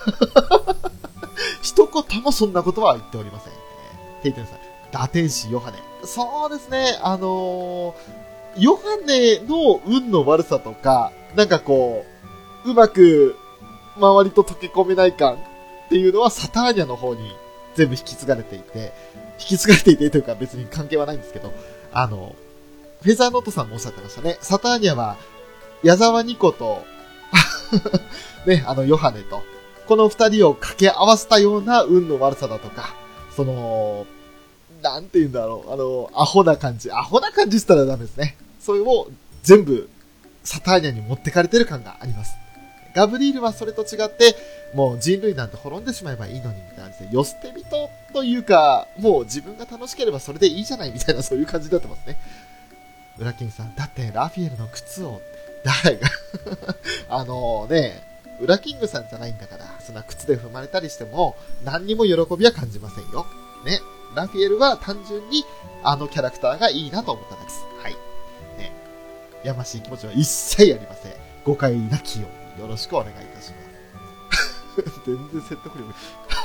一言もそんなことは言っておりません。テイテンさん、打天使ヨハネ。そうですね、あのー、ヨハネの運の悪さとか、なんかこう、うまく周りと溶け込めない感っていうのはサターニャの方に全部引き継がれていて、引き継がれていてというか別に関係はないんですけど、あの、フェザーノートさんもおっしゃってましたね。サターニャは、矢沢ニコと、ね、あの、ヨハネと、この二人を掛け合わせたような運の悪さだとか、その、なんて言うんだろう、あの、アホな感じ、アホな感じしたらダメですね。それを全部、サターニャに持ってかれてる感があります。ガブリールはそれと違って、もう人類なんて滅んでしまえばいいのに、みたいな感じで、よ捨て人というか、もう自分が楽しければそれでいいじゃない、みたいな、そういう感じになってますね。ウラキンさん、だってラフィエルの靴を、誰があのね、ウラキングさんじゃないんだから、そんな靴で踏まれたりしても、何にも喜びは感じませんよ。ね。ラフィエルは単純に、あのキャラクターがいいなと思っただけです。はい。ね。やましい気持ちは一切ありません。誤解なきようによろしくお願いいたします。全然説得力。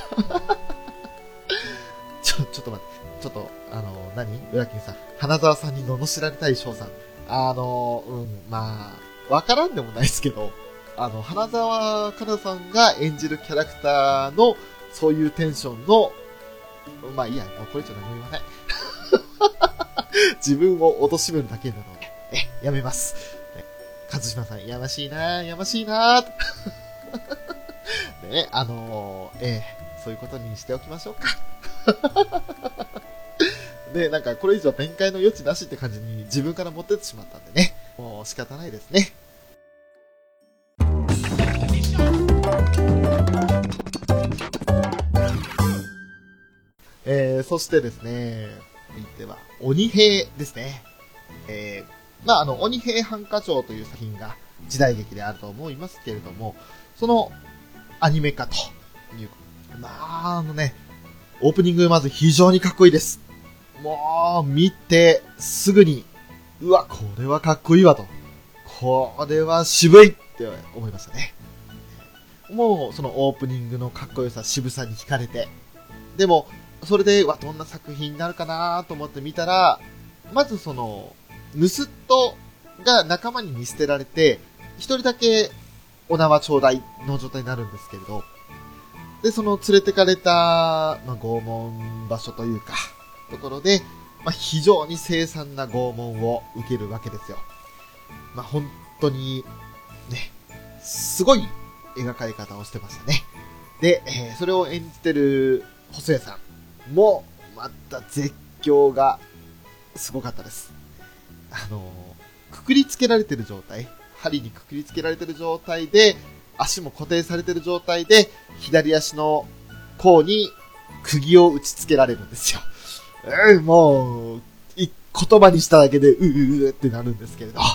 ちょ、ちょっと待って。ちょっと、あの、何ウラキンさん。花沢さんに罵られたい翔さん。あの、うん、まあ、わからんでもないですけど、あの、花沢香菜さんが演じるキャラクターの、そういうテンションの、まあいいや、もうこれ以上何も言いません。自分を貶めるだけなので、え、やめます。ね、和島さん、やましいなぁ、やましいなぁ。ね、あのー、えー、そういうことにしておきましょうか。で、なんかこれ以上展開の余地なしって感じに自分から持ってってしまったんでね、もう仕方ないですね。えー、そしてですね、続いては、鬼平ですね。えー、まあ、あの、鬼平犯科帳という作品が時代劇であると思いますけれども、そのアニメ化という、まあ、あのね、オープニングまず非常にかっこいいです。もう、見てすぐに、うわ、これはかっこいいわと。これは渋いって思いましたね。もう、そのオープニングのかっこよさ、渋さに惹かれて。でも、それで、わ、どんな作品になるかなと思って見たら、まずその、ヌスットが仲間に見捨てられて、一人だけお縄ちょうだいの状態になるんですけれど、で、その連れてかれた、まあ、拷問場所というか、ところで、まあ、非常に凄惨な拷問を受けるわけですよ。まあ、本当に、ね、すごい描かれ方をしてましたね。で、えー、それを演じてる細谷さんも、また絶叫がすごかったです。あのー、くくりつけられてる状態、針にくくりつけられてる状態で、足も固定されてる状態で、左足の甲に釘を打ち付けられるんですよ。うん、もう、言葉にしただけで、うううってなるんですけれど。ね、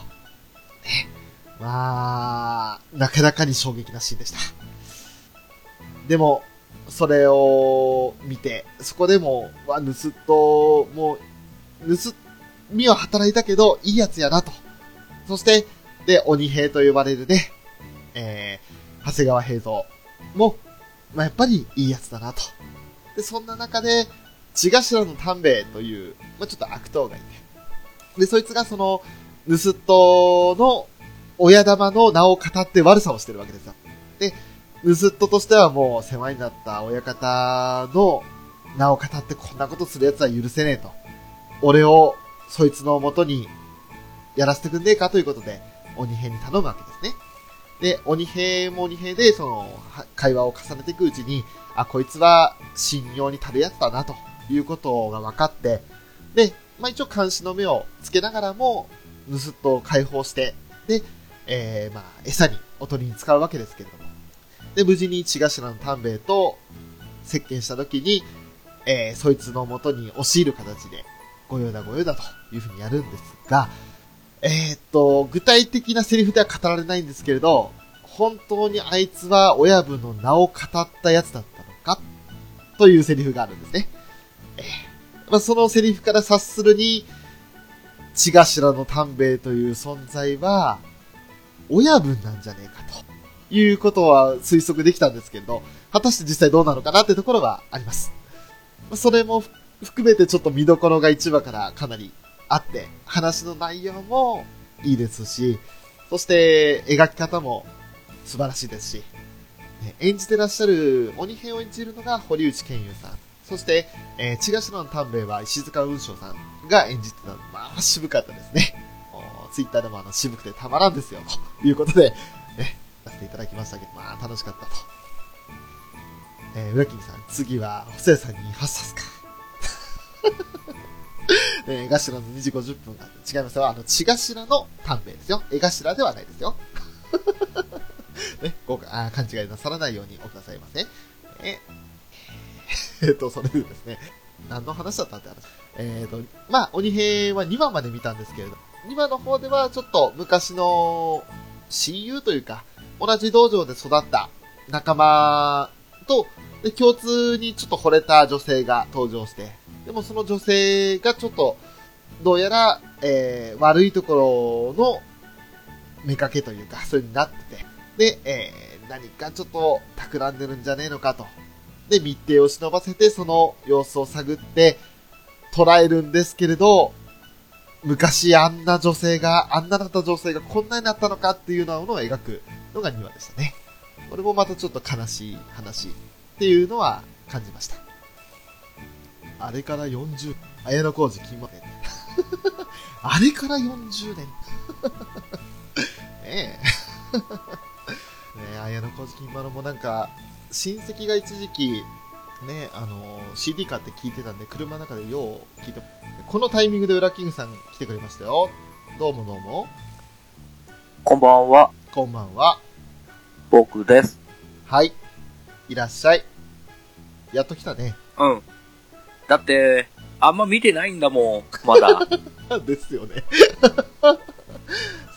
まあ、なかなかに衝撃なシーンでした。でも、それを見て、そこでも、わ、盗っ人、もう、盗みは働いたけど、いいやつやなと。そして、で、鬼平と呼ばれるね、えー、長谷川平蔵も、まあ、やっぱりいいやつだなと。で、そんな中で、血頭の丹兵衛という、まあ、ちょっと悪党がいて、で、そいつがその、盗っ人の親玉の名を語って悪さをしてるわけですよ。で、盗っ人としてはもう世話になった親方の名を語ってこんなことする奴は許せねえと。俺をそいつの元にやらせてくんねえかということで、鬼平に頼むわけですね。で、鬼平も鬼平でその会話を重ねていくうちに、あ、こいつは信用に足るやつだなということが分かって、で、まあ一応監視の目をつけながらも、盗っ人を解放して、で、えー、まあ餌に、おとりに使うわけですけれども。で、無事に血頭の丹兵衛と接見したときに、えー、そいつの元に押し入る形で、ご用だご用だというふうにやるんですが、えー、っと、具体的なセリフでは語られないんですけれど、本当にあいつは親分の名を語ったやつだったのかというセリフがあるんですね。えー、まあ、そのセリフから察するに、血頭の丹兵衛という存在は、親分なんじゃねえかと。いうことは推測できたんですけれど、果たして実際どうなのかなってところはあります。それも含めてちょっと見どころがいちわからかなりあって、話の内容もいいですし、そして描き方も素晴らしいですし、ね、演じてらっしゃる鬼平を演じるのが堀内健雄さん、そして、えー、血頭の丹兵衛は石塚雲翔さんが演じてたの、まあ渋かったですね。ツイッターでもあの渋くてたまらんですよということで、ね、させていただきましたけど、まあ楽しかったと。えー、ウラキンさん、次は細谷さんに発さすか。えー、頭のにじごじゅっぷんが違いますよ。あの、血頭の丹兵衛ですよ。絵頭ではないですよ。ね、ごかあ勘違いなさらないようにおくださいませ。えー、えっと、それでですね、何の話だったって話。えっと、まあ、鬼平はにわまで見たんですけれど、にわの方ではちょっと昔の親友というか、同じ道場で育った仲間と、で共通にちょっと惚れた女性が登場して、でもその女性がちょっと、どうやら、えー、悪いところの妾というか、そういう風になってて、で、えー、何かちょっと企んでるんじゃねえのかと。で、密偵を忍ばせて、その様子を探って、捉えるんですけれど、昔あんな女性が、あんなだった女性がこんなになったのかっていうのを描くのがにわでしたね。これもまたちょっと悲しい話っていうのは感じました。あれからよんじゅう、綾小路金馬年。あれからよんじゅうねん。ねえ。ねえ、綾小路金馬もなんか、親戚が一時期、ね、あのー、シーディー 買って聞いてたんで、車の中でよう聞いて、このタイミングでウラキングさん来てくれましたよ。どうもどうも。 こんばんは。 こんばんは。 僕です。 はい。いらっしゃい。やっと来たね。 うん。だって、あんま見てないんだもん、まだ。 ですよね。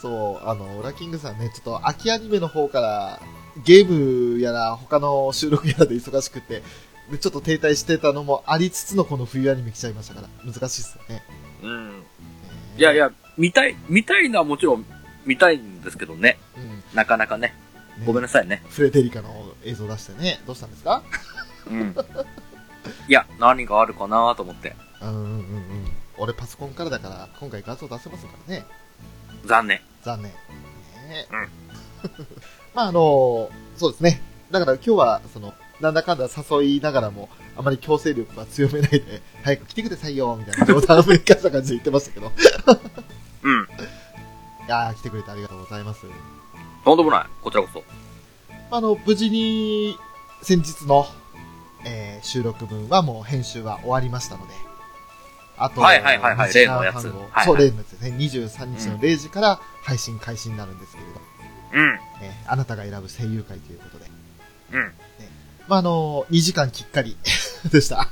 そう、あの、ウラキングさんね、ちょっと秋アニメの方からゲームやら他の収録やらで忙しくて、でちょっと停滞してたのもありつつのこの冬アニメ来ちゃいましたから、難しいっすよね。 うん。 ねいやいや、見たい、見たいのはもちろん見たいんですけどね。 うん。 なかなかね。 ねごめんなさいね。 フレデリカの映像出してね、どうしたんですか？ うん。いや、何があるかなと思って。 うんうんうんうん。俺パソコンからだから今回画像出せますからね。 残念。 残念。ね、 うん。 まああの、そうですね。だから今日は、その、なんだかんだ誘いながらも、あまり強制力は強めないで、早く来てくださいよ、みたいな冗談をめかした感じで言ってましたけど。 うん。 いやー、来てくれてありがとうございます。 とんでもない。こちらこそ。 あの、無事に、先日の、えー、収録分はもう編集は終わりましたので、あと、 はいはいはいはいにじかんはん後例のやつはいはいそう、例のやつですね。にじゅうさんにちのれいじから配信開始になるんですけれど、 うん。 えーあなたが選ぶ声優会ということで、 うん。 まあ、あの、にじかんきっかりでした。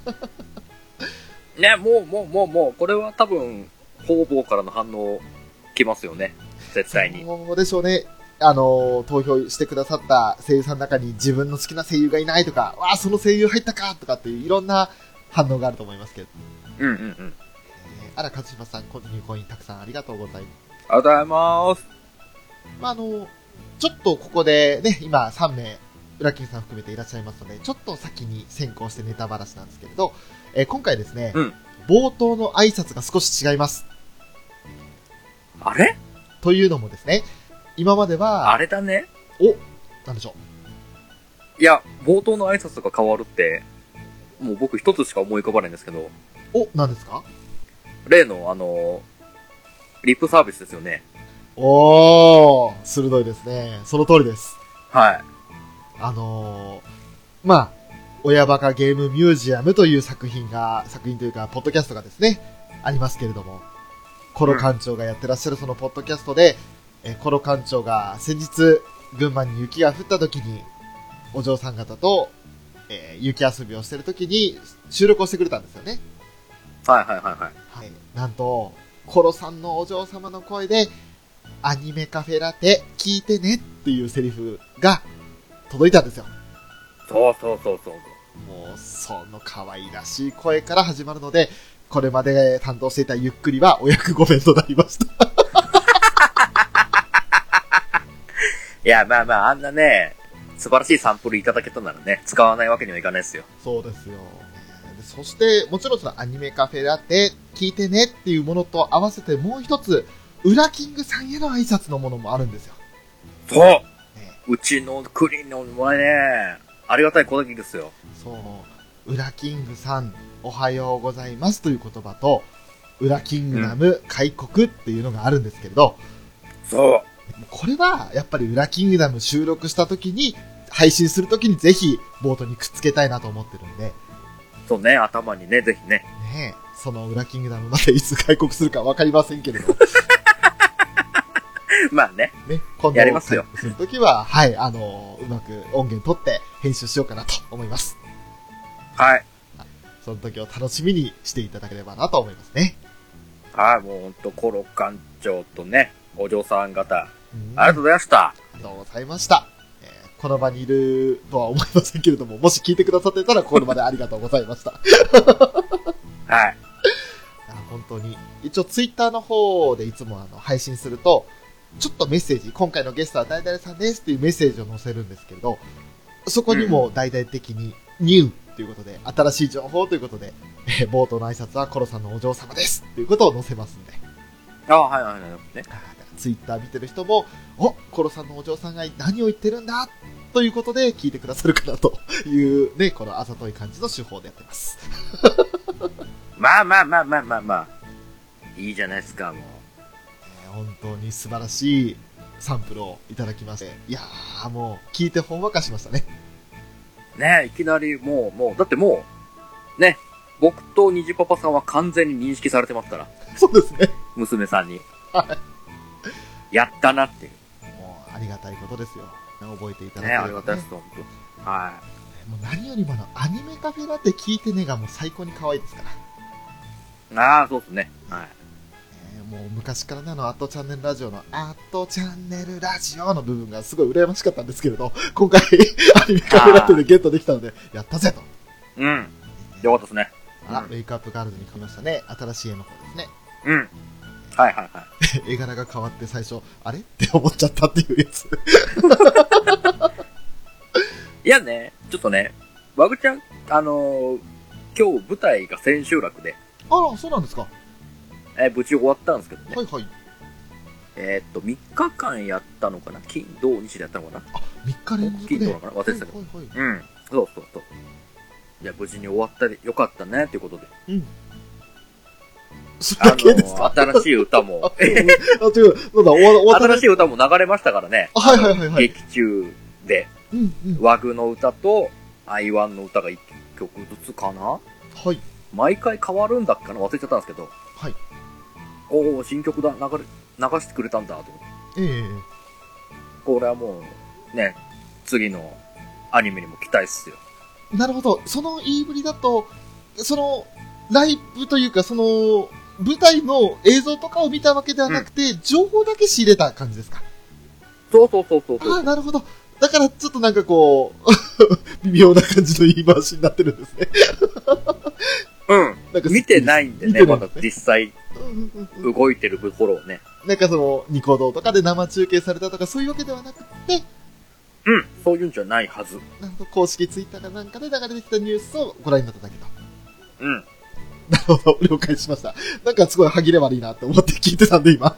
ね、もうもうもうもう、これは多分、方々からの反応、来ますよね。絶対に。 そうでしょうね。あの、投票してくださった声優さんの中に自分の好きな声優がいないとか、わあ、その声優入ったかとかっていういろんな反応があると思いますけど。 うんうんうん。 えー、あら、勝島さん、コンティニューコインたくさんありがとうございます。 ありがとうございます。 まあ、あの、ちょっとここでね、今さんめい、ウラキンさん含めていらっしゃいますので、ちょっと先に先行してネタバラシなんですけれど、えー今回ですね、 うん冒頭の挨拶が少し違います。 あれというのもですね、今までは、 あれだね。 お、なんでしょいや、冒頭の挨拶が変わるって、もう僕一つしか思い浮かばないんですけど、 う。お、なんですか？ 例のあの、リップサービスですよね。 おー、鋭いですね。その通りです。 はい。 あのー、まあ、親バカゲームミュージアムという作品が、作品というか、ポッドキャストがですね、ありますけれども、コロ館長がやってらっしゃるそのポッドキャストで、えーコロ館長が先日、群馬に雪が降った時に、お嬢さん方と、えー雪遊びをしてる時に収録をしてくれたんですよね。 はいはいはいはい。 はい。なんと、コロさんのお嬢様の声で、アニメカフェラテ聞いてねっていうセリフが届いたんですよ。 そうそうそうそう。 もう、その可愛らしい声から始まるので、これまで担当していたゆっくりはお役御免となりました。 いや、まあまあ、あんなね、素晴らしいサンプルいただけたならね、使わないわけにはいかないですよ。 そうですよ。でそして、もちろんそのアニメカフェラテ聞いてねっていうものと合わせてもう一つ、ウラキングさんへの挨拶のものもあるんですよ。 そう、 ね、 うちの国の前ね、ありがたいことですよ。 そう、ウラキングさん、おはようございますという言葉と、ウラキングダム開国っていうのがあるんですけれど、 そう。 これはやっぱりウラキングダム収録した時に、配信する時にぜひボートにくっつけたいなと思ってるんで、 そうね、頭にね、ぜひね。 ねえ、そのウラキングダムまでいつ開国するかわかりませんけれど、 まあね。 ね、今度やりますよ開国する時は、はい、あの、うまく音源取って編集しようかなと思います。 はい。 その時を楽しみにしていただければなと思いますね。 はい、もうほんと、コロ館長とね、お嬢さん方、 うんありがとうございました。 ありがとうございました。えーこの場にいるとは思いませんけれども、もし聞いてくださってたらこれまでありがとうございました。 はい。 あ本当に。一応ツイッターの方でいつもあの配信すると、ちょっとメッセージ、今回のゲストは誰々さんですっていうメッセージを載せるんですけれど、そこにも大々的にニューということで、新しい情報ということで、えー冒頭の挨拶はコロさんのお嬢様ですということを載せますんで。 ああ、はいはいはい。ね。 ツイッター見てる人も、お、コロさんのお嬢さんが何を言ってるんだということで聞いてくださるかなというね、このあざとい感じの手法でやってます。 まあまあまあまあまあまあ。いいじゃないですか、もう。 えー本当に素晴らしいサンプルをいただきまして、いやーもう聞いてほんわかしましたね。 ねいきなりもう、もう、だってもう、ね、僕と虹パパさんは完全に認識されてますから。 そうですね。 娘さんに。 はやったなっていう。 もうありがたいことですよ。覚えていただね、 ければ、 ありがたいです、本当。はもう何よりもあの、アニメカフェラテ聞いてねがもう最高に可愛いですから。 い。ああ、そうですね。はい。 えーもう昔からね、あの、アットチャンネルラジオの、アットチャンネルラジオの部分がすごい羨ましかったんですけれど、今回、アニメカフェラテでゲットできたので、やったぜと。 うん。よかったですね。 あ、 うんウェイクアップガールズに来ましたね。新しい絵の方ですね。 うん。はいはいはい。 絵柄が変わって最初、あれって思っちゃったっていうやつ。 いやね、ちょっとね、ワグちゃん、あのー、今日舞台が千秋楽で、 あら、そうなんですか。 えー無事終わったんですけどね。 はいはい。 えーっと、みっかかんやったのかな金、土、日でやったのかなあ、みっか連続で。 金土なのかな忘れてたけど。 はいはいはい。 うん。そうそうそう。いや、無事に終わったでよかったね、ということで。 うん。それだけですか？ あのー、新しい歌も、 あ、違う。なんだ、終わ、終わったね新しい歌も流れましたからね。 あはいはいはいはい。 劇中で、 うんうん。 ワグの歌と、アイワンの歌がいっきょくずつかなはい。 毎回変わるんだっけかな忘れちゃったんですけど、 はい。 おお新曲だ、流れ、流してくれたんだ、と思って。 ええこれはもう、ね、次のアニメにも期待っすよ。 なるほど。その言いぶりだと、その、ライブというか、その、舞台の映像とかを見たわけではなくて、情報だけ仕入れた感じですか？ そうそうそうそうそう。 ああ、なるほど。だから、ちょっとなんかこう、微妙な感じの言い回しになってるんですね。 うん。 なんか見てないんでね、まだ見てないんですね実際うんうんうん動いてるところをね。 なんかその、ニコ動とかで生中継されたとか、そういうわけではなくて、 うん。そういうんじゃないはず。 なんか公式ツイッターかなんかで流れてきたニュースをご覧になっただけと。 うん。 なるほど、了解しました。なんかすごい歯切れ悪いなって思って聞いてたんで、今。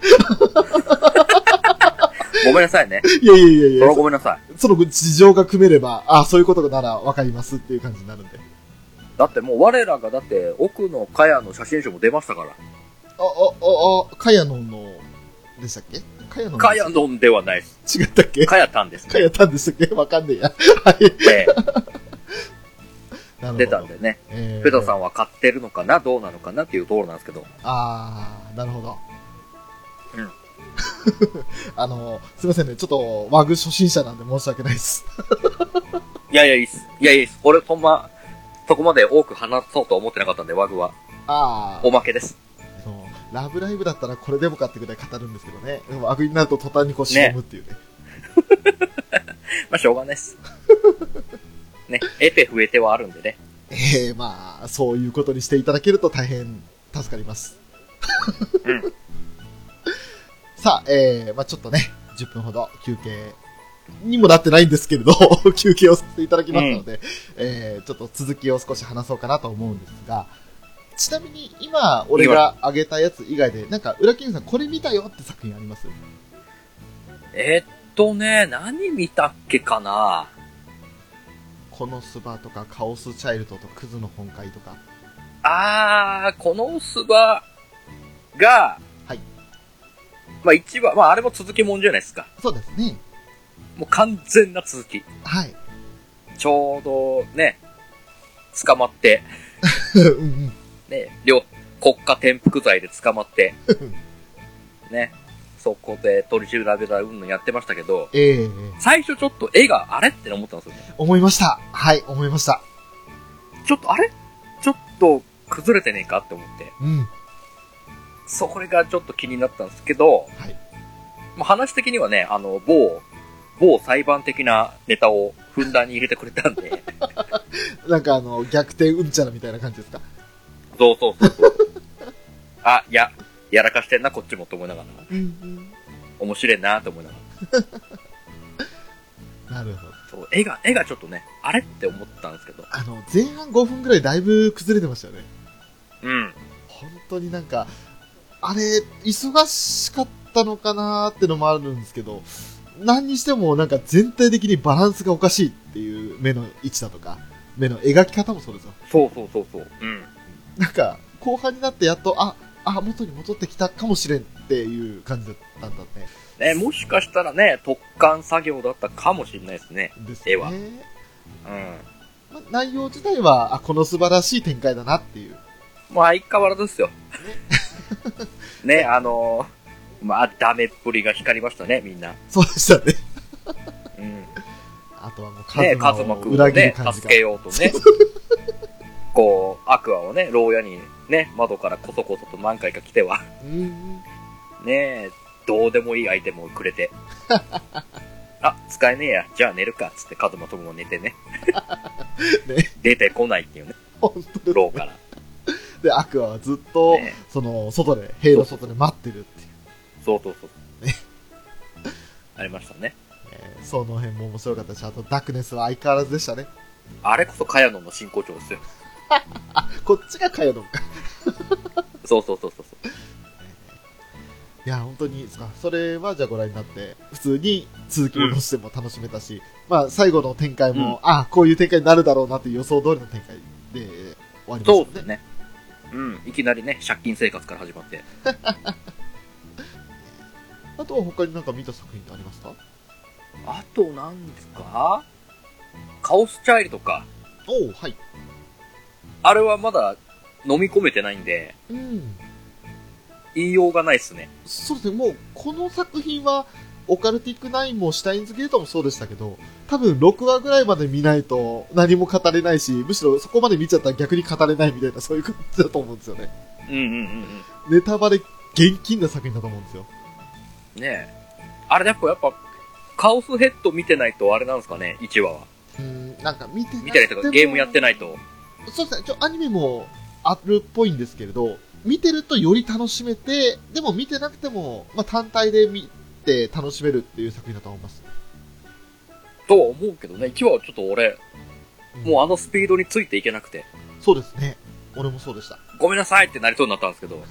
ごめんなさいね。 いやいやいやいやそれは、ごめんなさい。 その事情が組めれば、ああ、そういうことならわかりますっていう感じになるんで。 だってもう我らがだって奥の茅の写真集も出ましたから。 あ、あ、あ、あ、カヤノンの、でしたっけカヤノンカヤノンではないです。 違ったっけカヤタンですね。 カヤタンでしたっけわかんねえや。はい。 えなるほどえ出たんでね。 えー、 ペドさんは買ってるのかなどうなのかなっていうところなんですけど。 あー、なるほど。 うん。 あの、すいませんね。ちょっと、ワグ初心者なんで申し訳ないです。 いやいや、いいっす。いやいやいいっす。俺そんな、そこまで多く話そうと思ってなかったんで、ワグは。 あー。 おまけです。 そうラブライブだったらこれでもかってぐらい語るんですけどね。でもワグになると途端にこう、しぼむっていうね。 まあ、しょうがないっす。ね、得て増えてはあるんでね。 ええー、まあ、そういうことにしていただけると大変助かります。 うん。 さあ、えー、まあちょっとね、じゅっぷんほど休憩にもなってないんですけれど、休憩をさせていただきますので、うん、えー、ちょっと続きを少し話そうかなと思うんですが、ちなみに今、俺が挙げたやつ以外で、なんか、裏キングさんこれ見たよって作品あります？ えー、っとね、何見たっけかなこのスバとか、カオスチャイルドとクズの本会とか。 あー、このスバが、 はい。 まあ一話、まああれも続きもんじゃないですか。 そうですね。 もう完全な続き。 はい。 ちょうどね、捕まって、 うんうん。 ね、両、国家転覆罪で捕まって、ね、そこで取り調べだうんぬんやってましたけど、 ええー、 最初ちょっと絵があれって思ったんですよね。 思いました。はい、思いました。 ちょっとあれちょっと崩れてねえかって思って。 うん。 そこがちょっと気になったんですけど、 はい。 まあ、話的にはね、あの、某、某裁判的なネタをふんだんに入れてくれたんで。 なんかあの、逆転うんちゃらみたいな感じですか？ そうそうそうそう。あ、いや、やらかしてんな、こっちもと思いながら。 うんうん、 面白いなと思いながら。なるほど。 そう、絵が、絵がちょっとね、あれって思ったんですけど。 あの、前半ごふんぐらいだいぶ崩れてましたよね。 うん。 本当になんか、あれ、忙しかったのかなーってのもあるんですけど、何にしてもなんか全体的にバランスがおかしいっていう目の位置だとか、目の描き方もそうですよ。 そうそうそうそう。うん。 なんか、後半になってやっと、あ、あ、元に戻ってきたかもしれんっていう感じだったんだね。 ね、もしかしたらね、特艦作業だったかもしれないですね。 ですね。 絵は。うん。 ま、内容自体は、あ、この素晴らしい展開だなっていう。 もう相変わらずですよ。ね、ねあのー、まあ、ダメっぷりが光りましたね、みんな。 そうでしたね。 うん。 あとはもうカズマを裏切る感じが、ね、助けようとね。こう、アクアをね、牢屋にね、窓からコソコソと何回か来ては。 うんねえ、どうでもいいアイテムをくれて。あ、使えねえや。じゃあ寝るか。つって角間友も寝てね。 ね、 出てこないっていうね。 本当ですね牢から。 で、アクアはずっと、 ねその、外で、塀の外で待ってるっていう。 そうそうそう。 ね。 ありましたね。 えーその辺も面白かったし、あとダークネスは相変わらずでしたね。 あれこそカヤノンの真骨頂ですよ。 あ、こっちがカヤノンか。 そうそうそうそうそう。 いや、本当に、そそれはじゃあご覧になって、普通に続き戻しても楽しめたし、まあ、最後の展開も、あこういう展開になるだろうなっていう予想通りの展開で終わりましたね。 そうですね。うん。いきなりね、借金生活から始まって。 あとは他になんか見た作品ってありますか？ あと何ですか？カオスチャイルとか。 おお、はい。 あれはまだ飲み込めてないんで、 うん。 言いようがないっすね。 そうですね、もう、この作品は、オカルティックナインもシュタインズゲートもそうでしたけど、多分ろくわぐらいまで見ないと何も語れないし、むしろそこまで見ちゃったら逆に語れないみたいな、そういう感じだと思うんですよね。 うんうんうんうん。 ネタバレ厳禁な作品だと思うんですよ。 ねえ。あれやっぱ、やっぱ、カオスヘッド見てないとあれなんですかね、いちわは。 うーん、なんか見て見てないとか、ゲームやってないと。 そうですね、ちょ、アニメもあるっぽいんですけれど、見てるとより楽しめて、でも見てなくても、まあ、単体で見て楽しめるっていう作品だと思います。 とは思うけどね、いちわはちょっと俺、 うん、 もうあのスピードについていけなくて。 そうですね。俺もそうでした。 ごめんなさいってなりそうになったんですけど。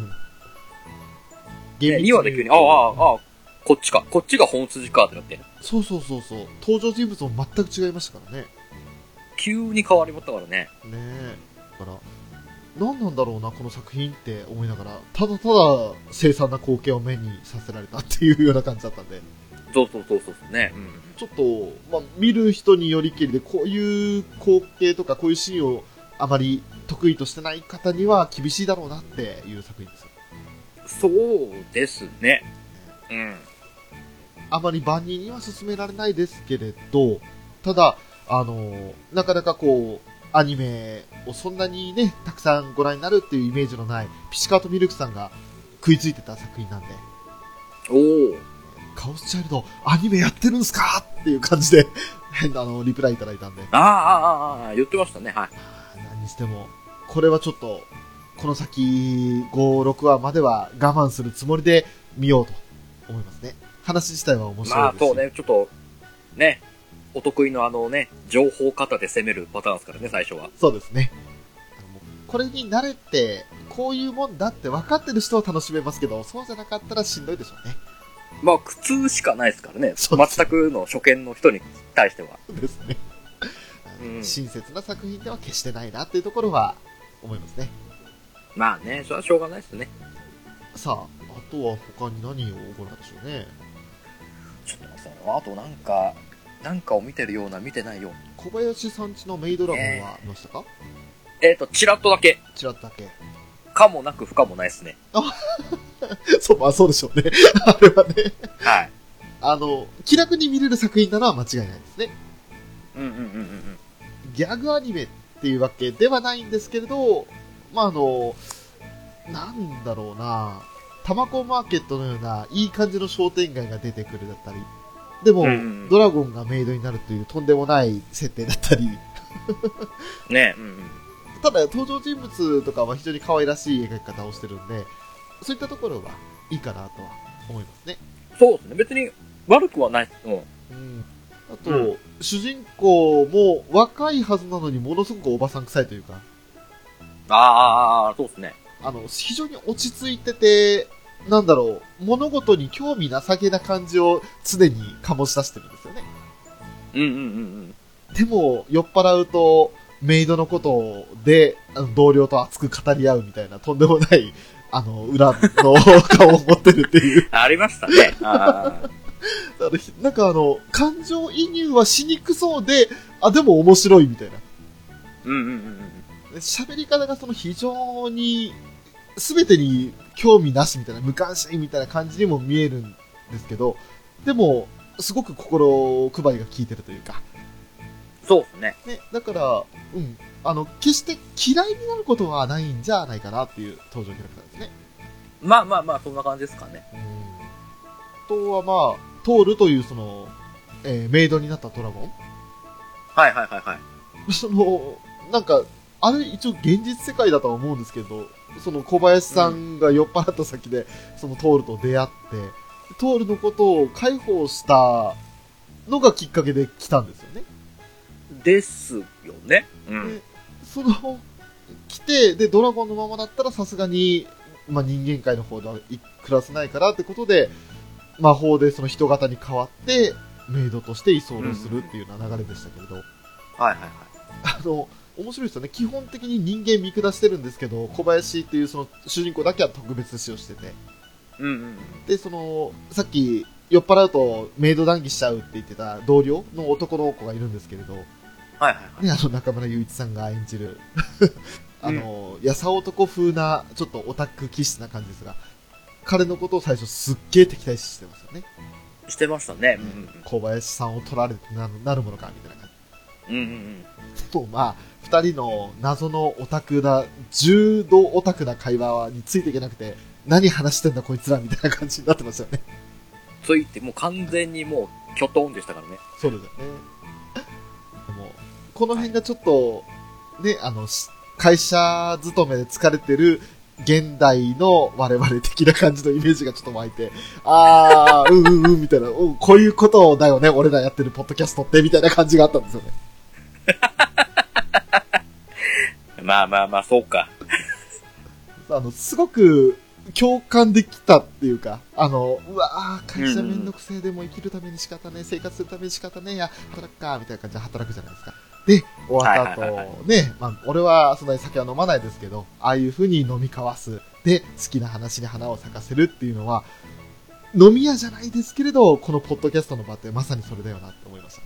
ゲね、にわで急に、ああ、ああ、ああ、こっちか。こっちが本筋かってなって。 そうそうそうそう。登場人物も全く違いましたからね。 急に変わりまったからね。 ねえ。だから、何なんだろうな、この作品って思いながら、ただただ凄惨な光景を目にさせられたっていうような感じだったんで。 そうそうそうそうね。うん。 ちょっと、まあ、見る人によりけりで、こういう光景とかこういうシーンをあまり得意としてない方には厳しいだろうなっていう作品ですよ。 そうですね。うん。 あまり万人には勧められないですけれど、ただ、あの、なかなかこう、アニメをそんなにね、たくさんご覧になるっていうイメージのない、ピチカートミルクさんが食いついてた作品なんで、 おお。 カオスチャイルド、アニメやってるんすかっていう感じで、変なあの、リプライいただいたんで。 ああ、ああ、ああ、言ってましたね。はい。 何にしても、これはちょっと、この先、ご、ろくわまでは我慢するつもりで見ようと思いますね。話自体は面白いですし。 まあ、そうね、ちょっと、ね、お得意のあのね、情報型で攻めるパターンですからね、最初は。 そうですね。あのもうこれに慣れて、こういうもんだって分かってる人は楽しめますけど、そうじゃなかったらしんどいでしょうね。 まあ、苦痛しかないですからね。 そうです全くの初見の人に対しては。 ですね。 うん親切な作品では決してないなっていうところは思いますね。 まあね、それはしょうがないですね。 さあ、あとは他に何をご覧でしょうね。 ちょっと待ってください。あとなんか、なんかを見てるような、見てないような。 小林さんちのメイドラゴンは見ましたか？ えっ、ー、と、チラッとだけ。 ちらっとだけ。 かもなく不可もないですね。 そう、まあそうでしょうね。あれはね。 はい。 あの、気楽に見れる作品なのは間違いないですね。 うんうんうんうんうん。 ギャグアニメっていうわけではないんですけれど、まああの、なんだろうな、タマコマーケットのようないい感じの商店街が出てくるだったり、でも、 うんうんドラゴンがメイドになるというとんでもない設定だったり、 ねうんうん。 ただ登場人物とかは非常に可愛らしい描き方をしてるんで、そういったところはいいかなとは思いますね。 そうですね。別に悪くはない。うん。 うん。あと、 うん主人公も若いはずなのにものすごくおばさん臭いというか、 ああ、そうですね。 あの、非常に落ち着いてて、なんだろう、物事に興味なさげな感じを常に醸し出してるんですよね。 うんうんうんうん。 でも、酔っ払うと、メイドのことで、あの同僚と熱く語り合うみたいな、とんでもない、あの、裏の顔を持ってるっていう。 ありましたね。ああ。 あのなんかあの、感情移入はしにくそうで、あ、でも面白いみたいな。 うんうんうんうん。 喋り方がその非常に、すべてに興味なしみたいな、無関心みたいな感じにも見えるんですけど、でも、すごく心配りが効いてるというか。 そうですね。 ね、だから、うん、あの、決して嫌いになることはないんじゃないかなっていう登場キャラクターですね。 まあまあまあ、そんな感じですかね。 うん。あとはまあ、トールというその、えーメイドになったドラゴン。 はいはいはいはい。 その、なんか、あれ一応現実世界だとは思うんですけど、その小林さんが酔っ払った先で、そのトールと出会って、トールのことを解放したのがきっかけで来たんですよね。 ですよね。うでん。 その、来て、で、ドラゴンのままだったらさすがに、まあ、人間界の方ではい暮らせないからってことで、魔法でその人型に変わって、メイドとして居候するっていうような流れでしたけれど、 はいはいはい。 あの、面白いですよね。基本的に人間見下してるんですけど、小林っていうその主人公だけは特別視をしてて、 うんうんうん。 で、その、さっき酔っ払うとメイド談義しちゃうって言ってた同僚の男の子がいるんですけれど、 はいはいはい。 ね、あの中村雄一さんが演じる、あの、やさ男風な、ちょっとオタク気質な感じですが、彼のことを最初すっげー敵対視してますよね。 してましたね。うんうん小林さんを取られてなるなるものか、みたいな感うん。うんうんうん。 じ。もうまあ、二人の謎のオタクな、重度オタクな会話についていけなくて、何話してんだこいつらみたいな感じになってますよね。 ついて、もう完全にもう、キョトンでしたからね。 そうですよね。でも、この辺がちょっと、ね、あの、し会社勤めで疲れてる現代の我々的な感じのイメージがちょっと湧いて、あー、うんうんうん、みたいな、うんこういうことだよね、俺らやってるポッドキャストって、みたいな感じがあったんですよね。 まあまあまあ、そうか。 あの、すごく共感できたっていうか、あの、うわー、会社めんどくせえでも生きるために仕方ねえ、生活するために仕方ねえや、働くか、みたいな感じで働くじゃないですか。で、終わった後、 はいはいはいはね、まあ、俺はそんなに酒は飲まないですけど、ああいう風に飲み交わす。で、好きな話に花を咲かせるっていうのは、飲み屋じゃないですけれど、このポッドキャストの場ってまさにそれだよなって思いました。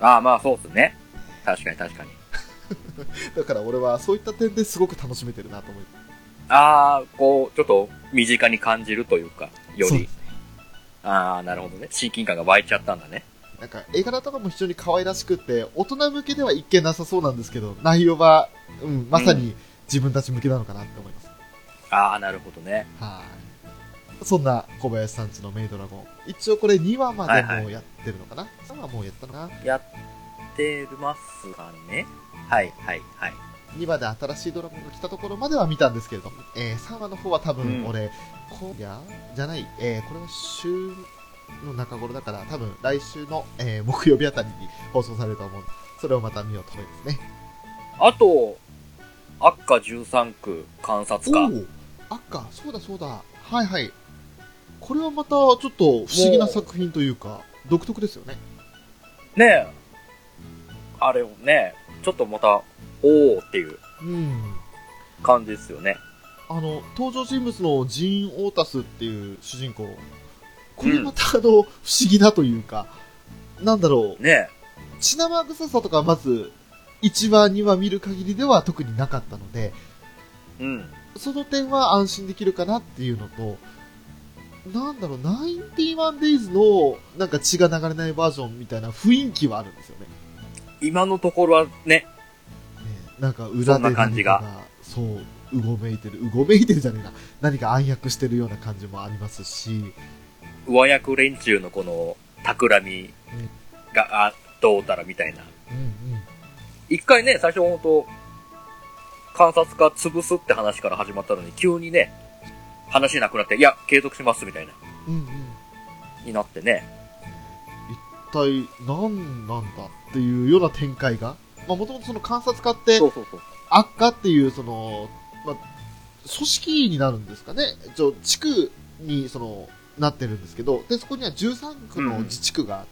ああまあ、そうですね。確かに確かに。 だから俺はそういった点ですごく楽しめてるなと思います。 ああ、こう、ちょっと身近に感じるというか、より。 そうですね。 ああ、なるほどね。親近感が湧いちゃったんだね。 なんか絵柄とかも非常に可愛らしくて、大人向けでは一見なさそうなんですけど、内容は、うん、まさに自分たち向けなのかなって思います。 ああ、なるほどね。 はい。そんな小林さんちのメイドラゴン。一応これにわまではいはいもやってるのかな、さんわもうやったのかなやってますかね。はいはいはい。 にわで新しいドラゴンが来たところまでは見たんですけれども、えー、さんわの方は多分うん俺、今夜じゃない、えー、これは週の中頃だから多分来週の、えー、木曜日あたりに放送されると思う。それをまた見ようと思いますね。 あと、赤じゅうさんく観察家。 お赤、そうだそうだ。はいはい。これはまたちょっと不思議な作品というか、独特ですよね。 ねえ。あれをね、ちょっとまた、おーっていううん。 感じですよね。 あの、登場人物のジーン・オータスっていう主人公。これまたあの、不思議なというか、なんだろう。 ね血生臭さとかまず、いちわ、にわ見る限りでは特になかったので、 え。うん。 その点は安心できるかなっていうのと、なんだろう、ナインティワンデイズのなんか血が流れないバージョンみたいな雰囲気はあるんですよね。 今のところはね、 ねなんか裏でそんな感じが何かが、そう、うごめいてる、うごめいてるじゃねえな。何か暗躍してるような感じもありますし、 上役連中のこの、企みが、あ、どうたらみたいな。 うんうん。 一回ね、最初ほんと、観察家潰すって話から始まったのに、急にね、話なくなって、いや、継続しますみたいな、 うんうん。 になってね。 一体何なんだっていうような展開が、まあもともとその観察家って、 そうそうそう。 悪化っていう、その、まあ、組織になるんですかね。一応、地区に、その、なってるんですけど、で、そこにはじゅうさんくの自治区があって、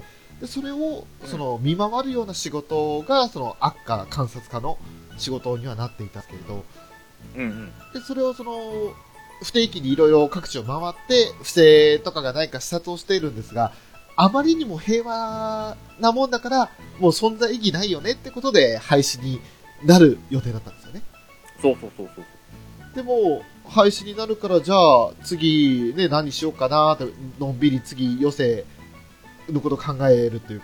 で、それを、その、見回るような仕事が、その、悪化観察家の仕事にはなっていたんですけれど、 うんうん。 で、それをその、不定期にいろいろ各地を回って、不正とかがないか視察をしているんですが、あまりにも平和なもんだから、もう存在意義ないよねってことで廃止になる予定だったんですよね。 そうそうそうそう。 でも、廃止になるから、じゃあ、次、ね、何しようかなって、のんびり次、余生のことを考えるというか、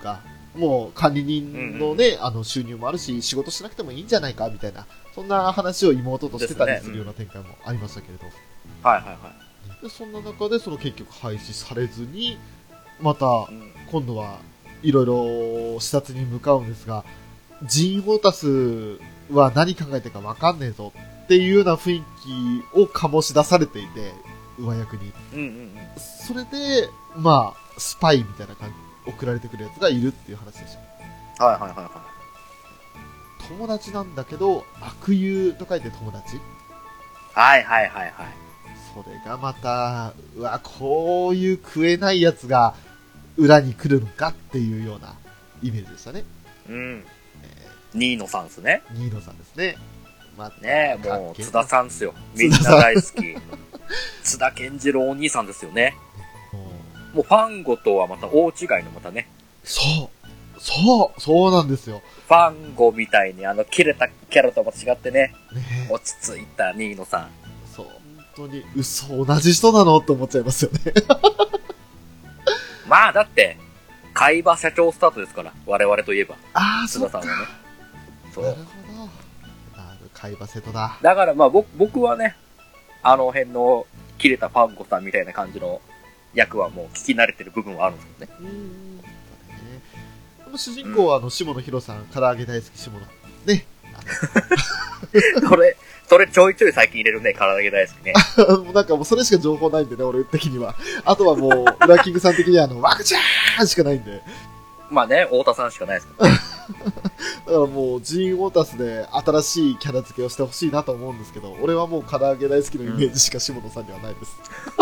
もう管理人のね、あの収入もあるし、仕事しなくてもいいんじゃないかみたいな、そんな話を妹としてたりするような展開もありましたけれど、 はいはいはい。 でそんな中でその結局廃止されずに、またうん今度はいろいろ視察に向かうんですが、ジーン・ウォータスは何考えてるか分かんねえぞっていうような雰囲気を醸し出されていて、上役に。 うんうんうん。 それで、まあ、スパイみたいな感じ、送られてくるやつがいるっていう話でしょ。 はいはいはいは友達なんだけど、悪友と書いて友達。 い。はいはいはいはい。 それがまた、うわ、こういう食えないやつが裏に来るのかっていうようなイメージでしたね。 うん。ニーノさんですね。 ニーノさんですね。またねえ、もう、津田さんですよ。みん津田さんな大好き。津田健次郎お兄さんですよね。 もうもうファンゴとはまた大違いのまたね。 そうそうそうなんですよ。 ファンゴみたいにあの切れたキャラとまた違ってね、 ねえ落ち着いたニーノさん。 そう、本当に嘘同じ人なのって思っちゃいますよね。 まあだって、海馬社長スタートですから、我々といえば。 ああ、 津田さんはね。そうなる。ほど。なる海馬瀬戸だ。 だからまあ僕僕はね、あの辺の切れたファンゴさんみたいな感じの役はもう聞き慣れてる部分はあるんですけどね。 うん。ね、この主人公はあの下野紘さん、唐揚げ大好き下野。ね。 それ、それちょいちょい最近入れるね、唐揚げ大好きね。 もうなんかもうそれしか情報ないんでね、俺的には。あとはもう、ウラキングさん的にはあの、ワクチャーンしかないんで。 まあね、太田さんしかないですけどね。 だからもう、ジーン・ウォータスで新しいキャラ付けをしてほしいなと思うんですけど、俺はもう唐揚げ大好きのイメージしか下野さんにはないです。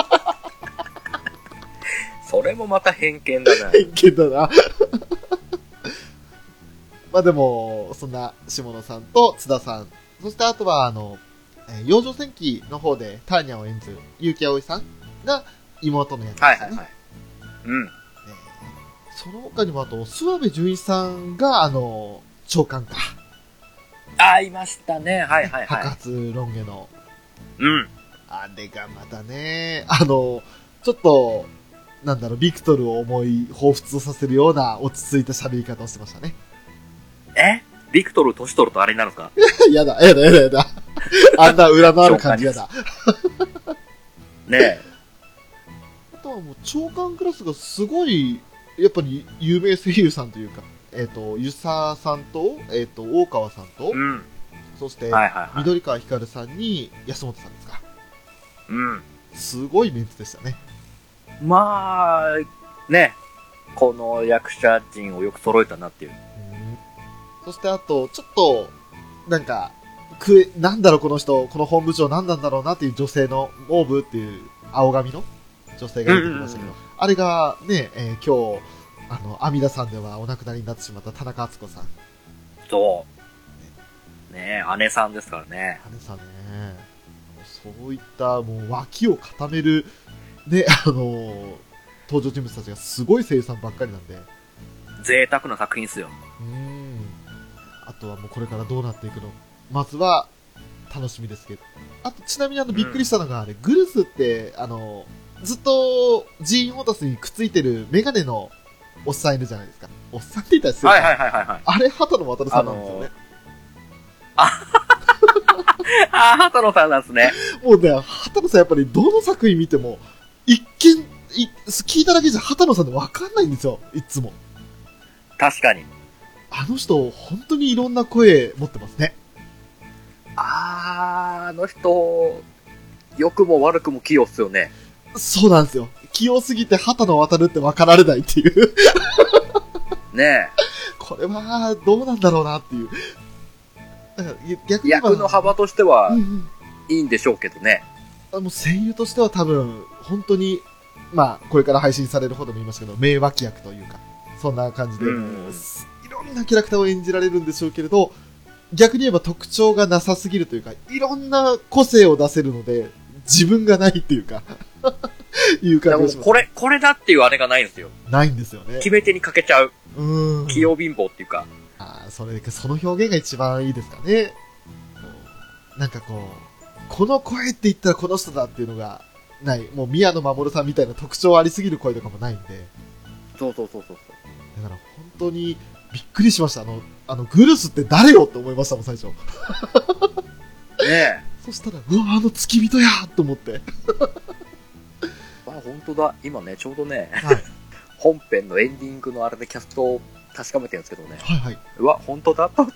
それもまた偏見だな。 偏見だな。まあでも、そんな下野さんと津田さん、そしてあとはあの、えー、養生戦記の方でターニャを演ずる結城葵さんが妹の役ですね。 はいはいはい。うん。 えーその他にもあと、諏訪部純一さんが、あの、長官か。 あ、いましたね。はいはい白はい。 髪ロン毛の。 うん。 あれがまたね、あの、ちょっと、なんだろう、ビクトルを思い、彷彿とさせるような落ち着いた喋り方をしてましたね。 えビクトル、トシトルとあれになるんですか？ やだ、やだ、やだ、やだ。あんな裏のある感じやだ。 ねえ。 あとはもう、長官クラスがすごい、やっぱり有名声優さんというか、えっ、と、ゆささんと、えっ、と、大川さんと、 うん。 そして、 はいはいはい。 緑川光さんに安本さんですか。 うん。 すごいメンツでしたね。 まあ、ね。この役者陣をよく揃えたなっていう。 そしてあと、ちょっと、なんか、くえ、なんだろうこの人、この本部長何なんだろうなっていう女性の、モーブっていう青髪の女性が出てきましたけど、あれがね、えー今日、あの、阿弥陀さんではお亡くなりになってしまった田中敦子さん。 そう。ねえ、姉さんですからね。 姉さんね、そういったもう脇を固める、ね、あの、登場人物たちがすごい声優さんばっかりなんで、 贅沢な作品っすよ。 うーん。あとはもうこれからどうなっていくのまずは、楽しみですけど。あと、ちなみにあの、びっくりしたのが、あれ、グルスって、あの、ずっと、ジーン・ウォータスにくっついてるメガネのおっさんいるじゃないですか。おっさんって言ったら失礼かはいはいはいはいはい。 あれ、畑野渡さんなんですよね。 ああ、畑野さんなんですね。 もうね、畑野さんやっぱりどの作品見ても、一見、い聞いただけじゃ畑野さんでわかんないんですよ、いつも。 確かに。 あの人、本当にいろんな声持ってますね。 あー、あの人、良くも悪くも器用っすよね。 そうなんですよ。器用すぎて畑野渡るって分かられないっていう。 ねこれは、どうなんだろうなっていう。だから逆え。 に言えば役の幅としてはうんうんいいんでしょうけどね。 あの声優としては多分、本当に、まあ、これから配信されるほども言いますけど、名脇役というか、そんな感じで、 うんもういろんなキャラクターを演じられるんでしょうけれど、逆に言えば特徴がなさすぎるというか、いろんな個性を出せるので、自分がないっていうか、いうでも感じがします。 これ、これだっていうあれがないんですよ。 ないんですよね。 決め手にかけちゃう。 うーん。 器用貧乏っていうか。 ああ、それ、その表現が一番いいですかね。こうなんかこう、この声って言ったらこの人だっていうのがない。もう宮野真守さんみたいな特徴ありすぎる声とかもないんで。 そうそうそうそう。 だから本当にびっくりしました。あの、あの、グルスって誰よって思いましたもん、最初。 ねえ。 そしたら、うわ、あの付き人やと思って。 あ、本当だ。今ね、ちょうどね、 はい。 本編のエンディングのあれでキャストを確かめてるんですけどね。 はいはい。 うわ、本当だと思って。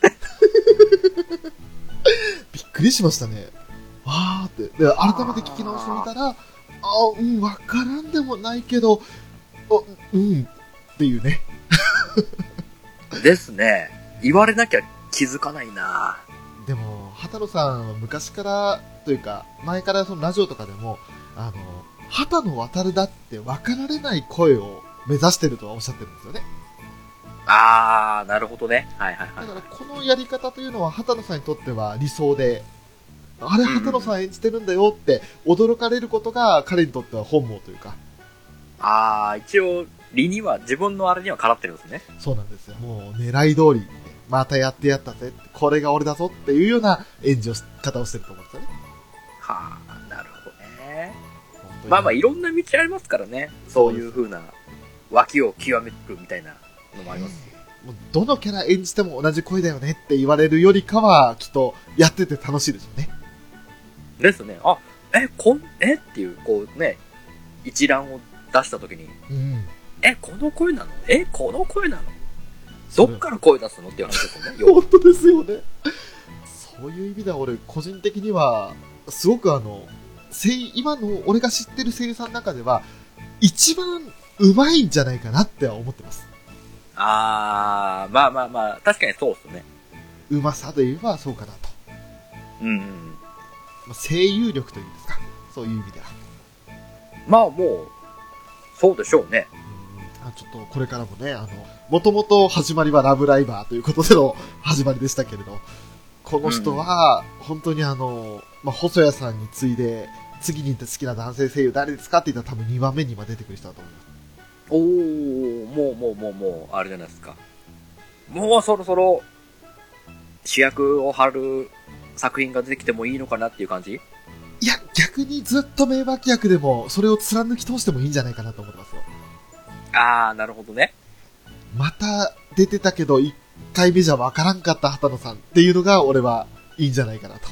びっくりしましたね。わーって。で、改めて聞き直してみたら、あ、うん、わからんでもないけど、あ、うん、っていうね。 ですね。言われなきゃ気づかないな。 でも、畑野さんは昔からというか、前からそのラジオとかでも、あの、畑野渡だって分かられない声を目指してるとはおっしゃってるんですよね。 あー、なるほどね。はいはいはい。 だからこのやり方というのは畑野さんにとっては理想で、あれ畑野さん演じてるんだよって驚かれることが彼にとっては本望というか。 あー、一応、理には、自分のあれにはかなってるんですね。 そうなんですよ。もう狙い通り、またやってやったぜ、これが俺だぞっていうような演じをし方をしてると思うんですよね。 はあ、なるほどね。 本当にまあまあ、いろんな道ありますからね。そういう風な、脇を極めるみたいなのもありますし。 もうどのキャラ演じても同じ声だよねって言われるよりかは、きっとやってて楽しいですよね。 ですね。あ、え、こん、えっていう、こうね、一覧を出したときに、 うん。 え、この声なのえ、この声なのどっから声出すのっていう話ですよね。要は本当ですよね。そういう意味では俺、個人的には、すごくあの、声今の俺が知ってる声優さんの中では、一番うまいんじゃないかなっては思ってます。 あー、まあまあまあ、確かにそうですね。 うまさといえばそうかなと。 うんうん。 まあ、声優力というんですか。そういう意味では。 まあもう、そうでしょうね。 うん、あちょっとこれからもね、あの、もともと始まりはラブライバーということでの始まりでしたけれど、この人は、本当にあの、まあ、細谷さんに次いで、次に好きな男性声優誰ですかって言ったら多分にばんめに今出てくる人だと思います。 おー、もうもうもうもう、あれじゃないですか。もうそろそろ、主役を張る作品が出てきてもいいのかなっていう感じ？ いや、逆にずっと名脇役でも、それを貫き通してもいいんじゃないかなと思ってますよ。 あー、なるほどね。 また出てたけど、いっかいめじゃわからんかった畑野さんっていうのが、俺はいいんじゃないかなと。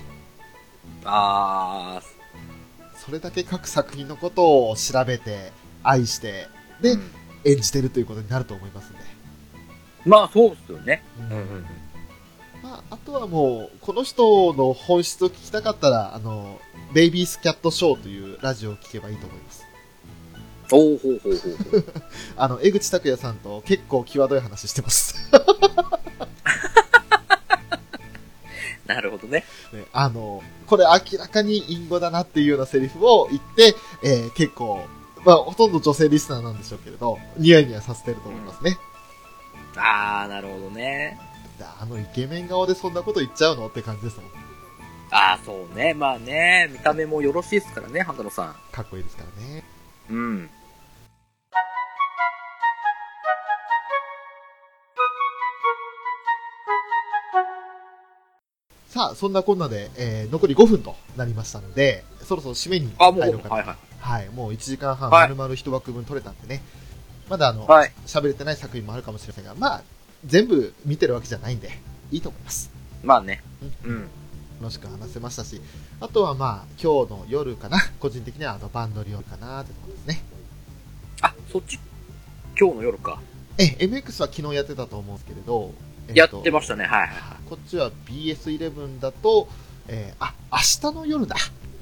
あー、 それだけ各作品のことを調べて、愛して、で、うん、演じてるということになると思いますんで。 まあ、そうですよね。 うんうんうん。まあ、あとはもう、この人の本質を聞きたかったら、あの、ベイビースキャットショーというラジオを聞けばいいと思います。 おー、ほうほうほうほう。 あの、江口拓也さんと結構際どい話してます。 なるほどね。 ね、あの、これ明らかに隠語だなっていうようなセリフを言って、えー、結構、まあ、ほとんど女性リスナーなんでしょうけれど、ニヤニヤさせてると思いますね。 うん、あー、なるほどね。 あのイケメン顔でそんなこと言っちゃうのって感じですもん。 あー、そうね。まあね、見た目もよろしいですからね、畑野さん。 かっこいいですからね。 うん。 さあ、そんなこんなで、えー、残りごふんとなりましたので、そろそろ締めに入ろうかな。はいはい。はい、もういちじかんはん、丸々一枠分取れたんでね。まだあの、 はい、 喋れてない作品もあるかもしれませんが、まあ、全部見てるわけじゃないんで、いいと思います。 まあね。 うん。うん、楽しく話せましたし、あとはまあ、今日の夜かな。個人的にはあの、バンドリオかなってところですね。 あ、そっち、今日の夜か。 え、エムエックス は昨日やってたと思うんですけれど、 えー、やってましたね、はいはい。 こっちは ビーエスイレブン だと、えー、あ、明日の夜だ。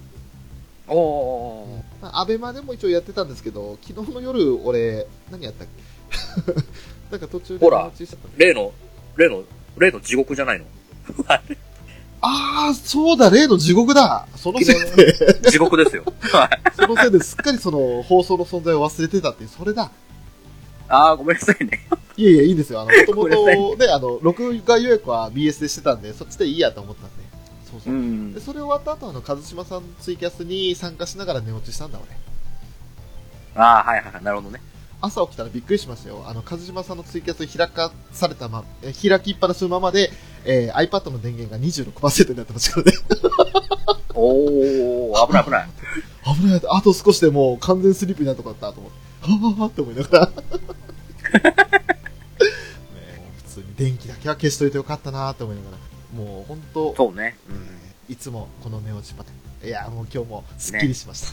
おー。 うん、まあ、アベマでも一応やってたんですけど、昨日の夜、俺、何やったっけなんか途中で。 ほら、例の、例の、例の地獄じゃないのあー、そうだ、例の地獄だ。そのせいで。 地獄ですよ。はい。 そのせいですっかりその放送の存在を忘れてたっていう、それだ。 あー、ごめんなさいね。 いやいや、いいんですよ。あの、もともとで、あの、録画予約は ビーエス でしてたんで、そっちでいいやと思ったんで。そうそう。うん、でそれ終わった後、あの、和島さんのツイキャスに参加しながら寝落ちしたんだ、俺。 あー、はいはいはい、なるほどね。 朝起きたらびっくりしましたよ。あの、和島さんのツイキャス開かされたま、え開きっぱなしのままで、えー、iPad の電源が にじゅうろくパーセント になってましたからね。 おー、危ない危ない。 危ない。あと少しでもう完全スリープになるとこだったと思って。はぁはぁって思いながら。ね、 電気だけは消しといてよかったなと思いながら、もう本当、 そうね。うん。 いつもこの寝落ちパターン。いや、もう今日もスッキリしました。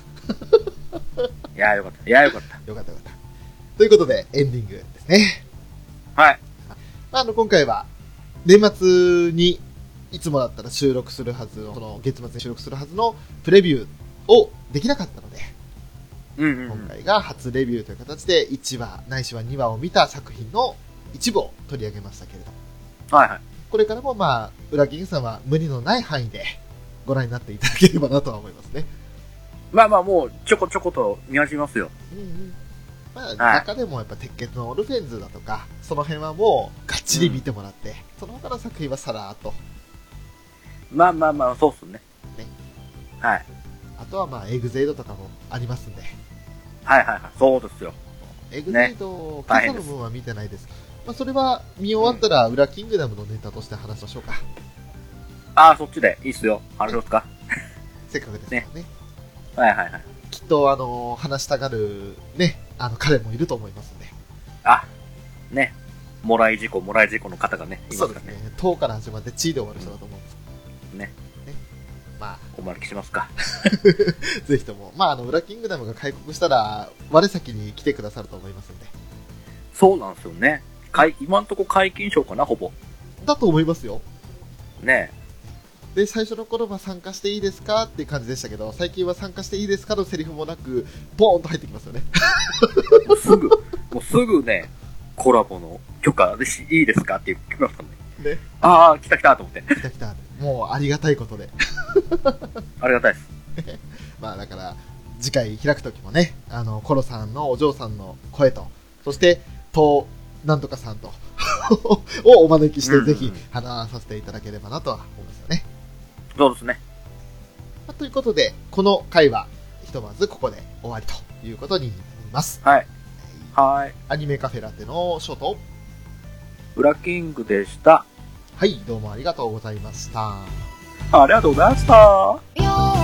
いや、よかった。いや、よかった。 よかったよかった。ということで、エンディングですね。 はい。 まあ、あの、今回は、年末に、いつもだったら収録するはずの、その月末に収録するはずのプレビューをできなかったので、 うんうん、うん。 今回が初レビューという形でいちわないしはにわを見た作品の一部を取り上げましたけれども、 はいはい。 これからもまあウラキングさんは無理のない範囲でご覧になっていただければなとは思いますね。 まあまあもうちょこちょこと見始めますよ。 うんうん。まあ、 はい中でもやっぱ鉄血のオルフェンズだとかその辺はもうがっちり見てもらって、うん、その他の作品はさらっと、 まあまあまあそうっすね。 ね。 はい。 あとはまあエグゼイドとかもありますんで。 はいはいはい。そうですよ。 エグゼイド、ね、今朝の分は見てないですけど、まあそれは見終わったら、うん、裏キングダムのネタとして話しましょうか。 ああ、そっちでいいっすよ。話しますか。 せっかくですからね。ね。 はいはいはい。 きっとあの話したがるね、あの彼もいると思いますんで。 あ、ね。もらい事故、もらい事故の方がね、いますからね。 そうですね。とから始まって地で終わる人だと思うんです。 うん、ね。 ね。まあ。 お招きしますか。 ぜひとも。まあ、あの、裏キングダムが開国したら、我先に来てくださると思いますんで。 そうなんですよね。解今んとこ解禁賞かな、ほぼ。 だと思いますよ。 ねえ。で、最初の頃は参加していいですかっていう感じでしたけど、最近は参加していいですかのセリフもなく、ボーンと入ってきますよね。 もうすぐ、もうすぐね、コラボの許可でしいいですかって聞きますからね。ね。ああ、来た来たと思って。 来た来た。もうありがたいことで。 ありがたいです。 まあだから、次回開くときもね、あの、コロさんのお嬢さんの声と、そして、と、なんとかさんと、をお招きして、ぜひ話させていただければなとは思いますよね。 そうですね。 まあ、ということで、この回は、ひとまずここで終わりということになります。 はい。はい。 アニメカフェラテのショート、 ウラキングでした。 はい、どうもありがとうございました。 ありがとうございました。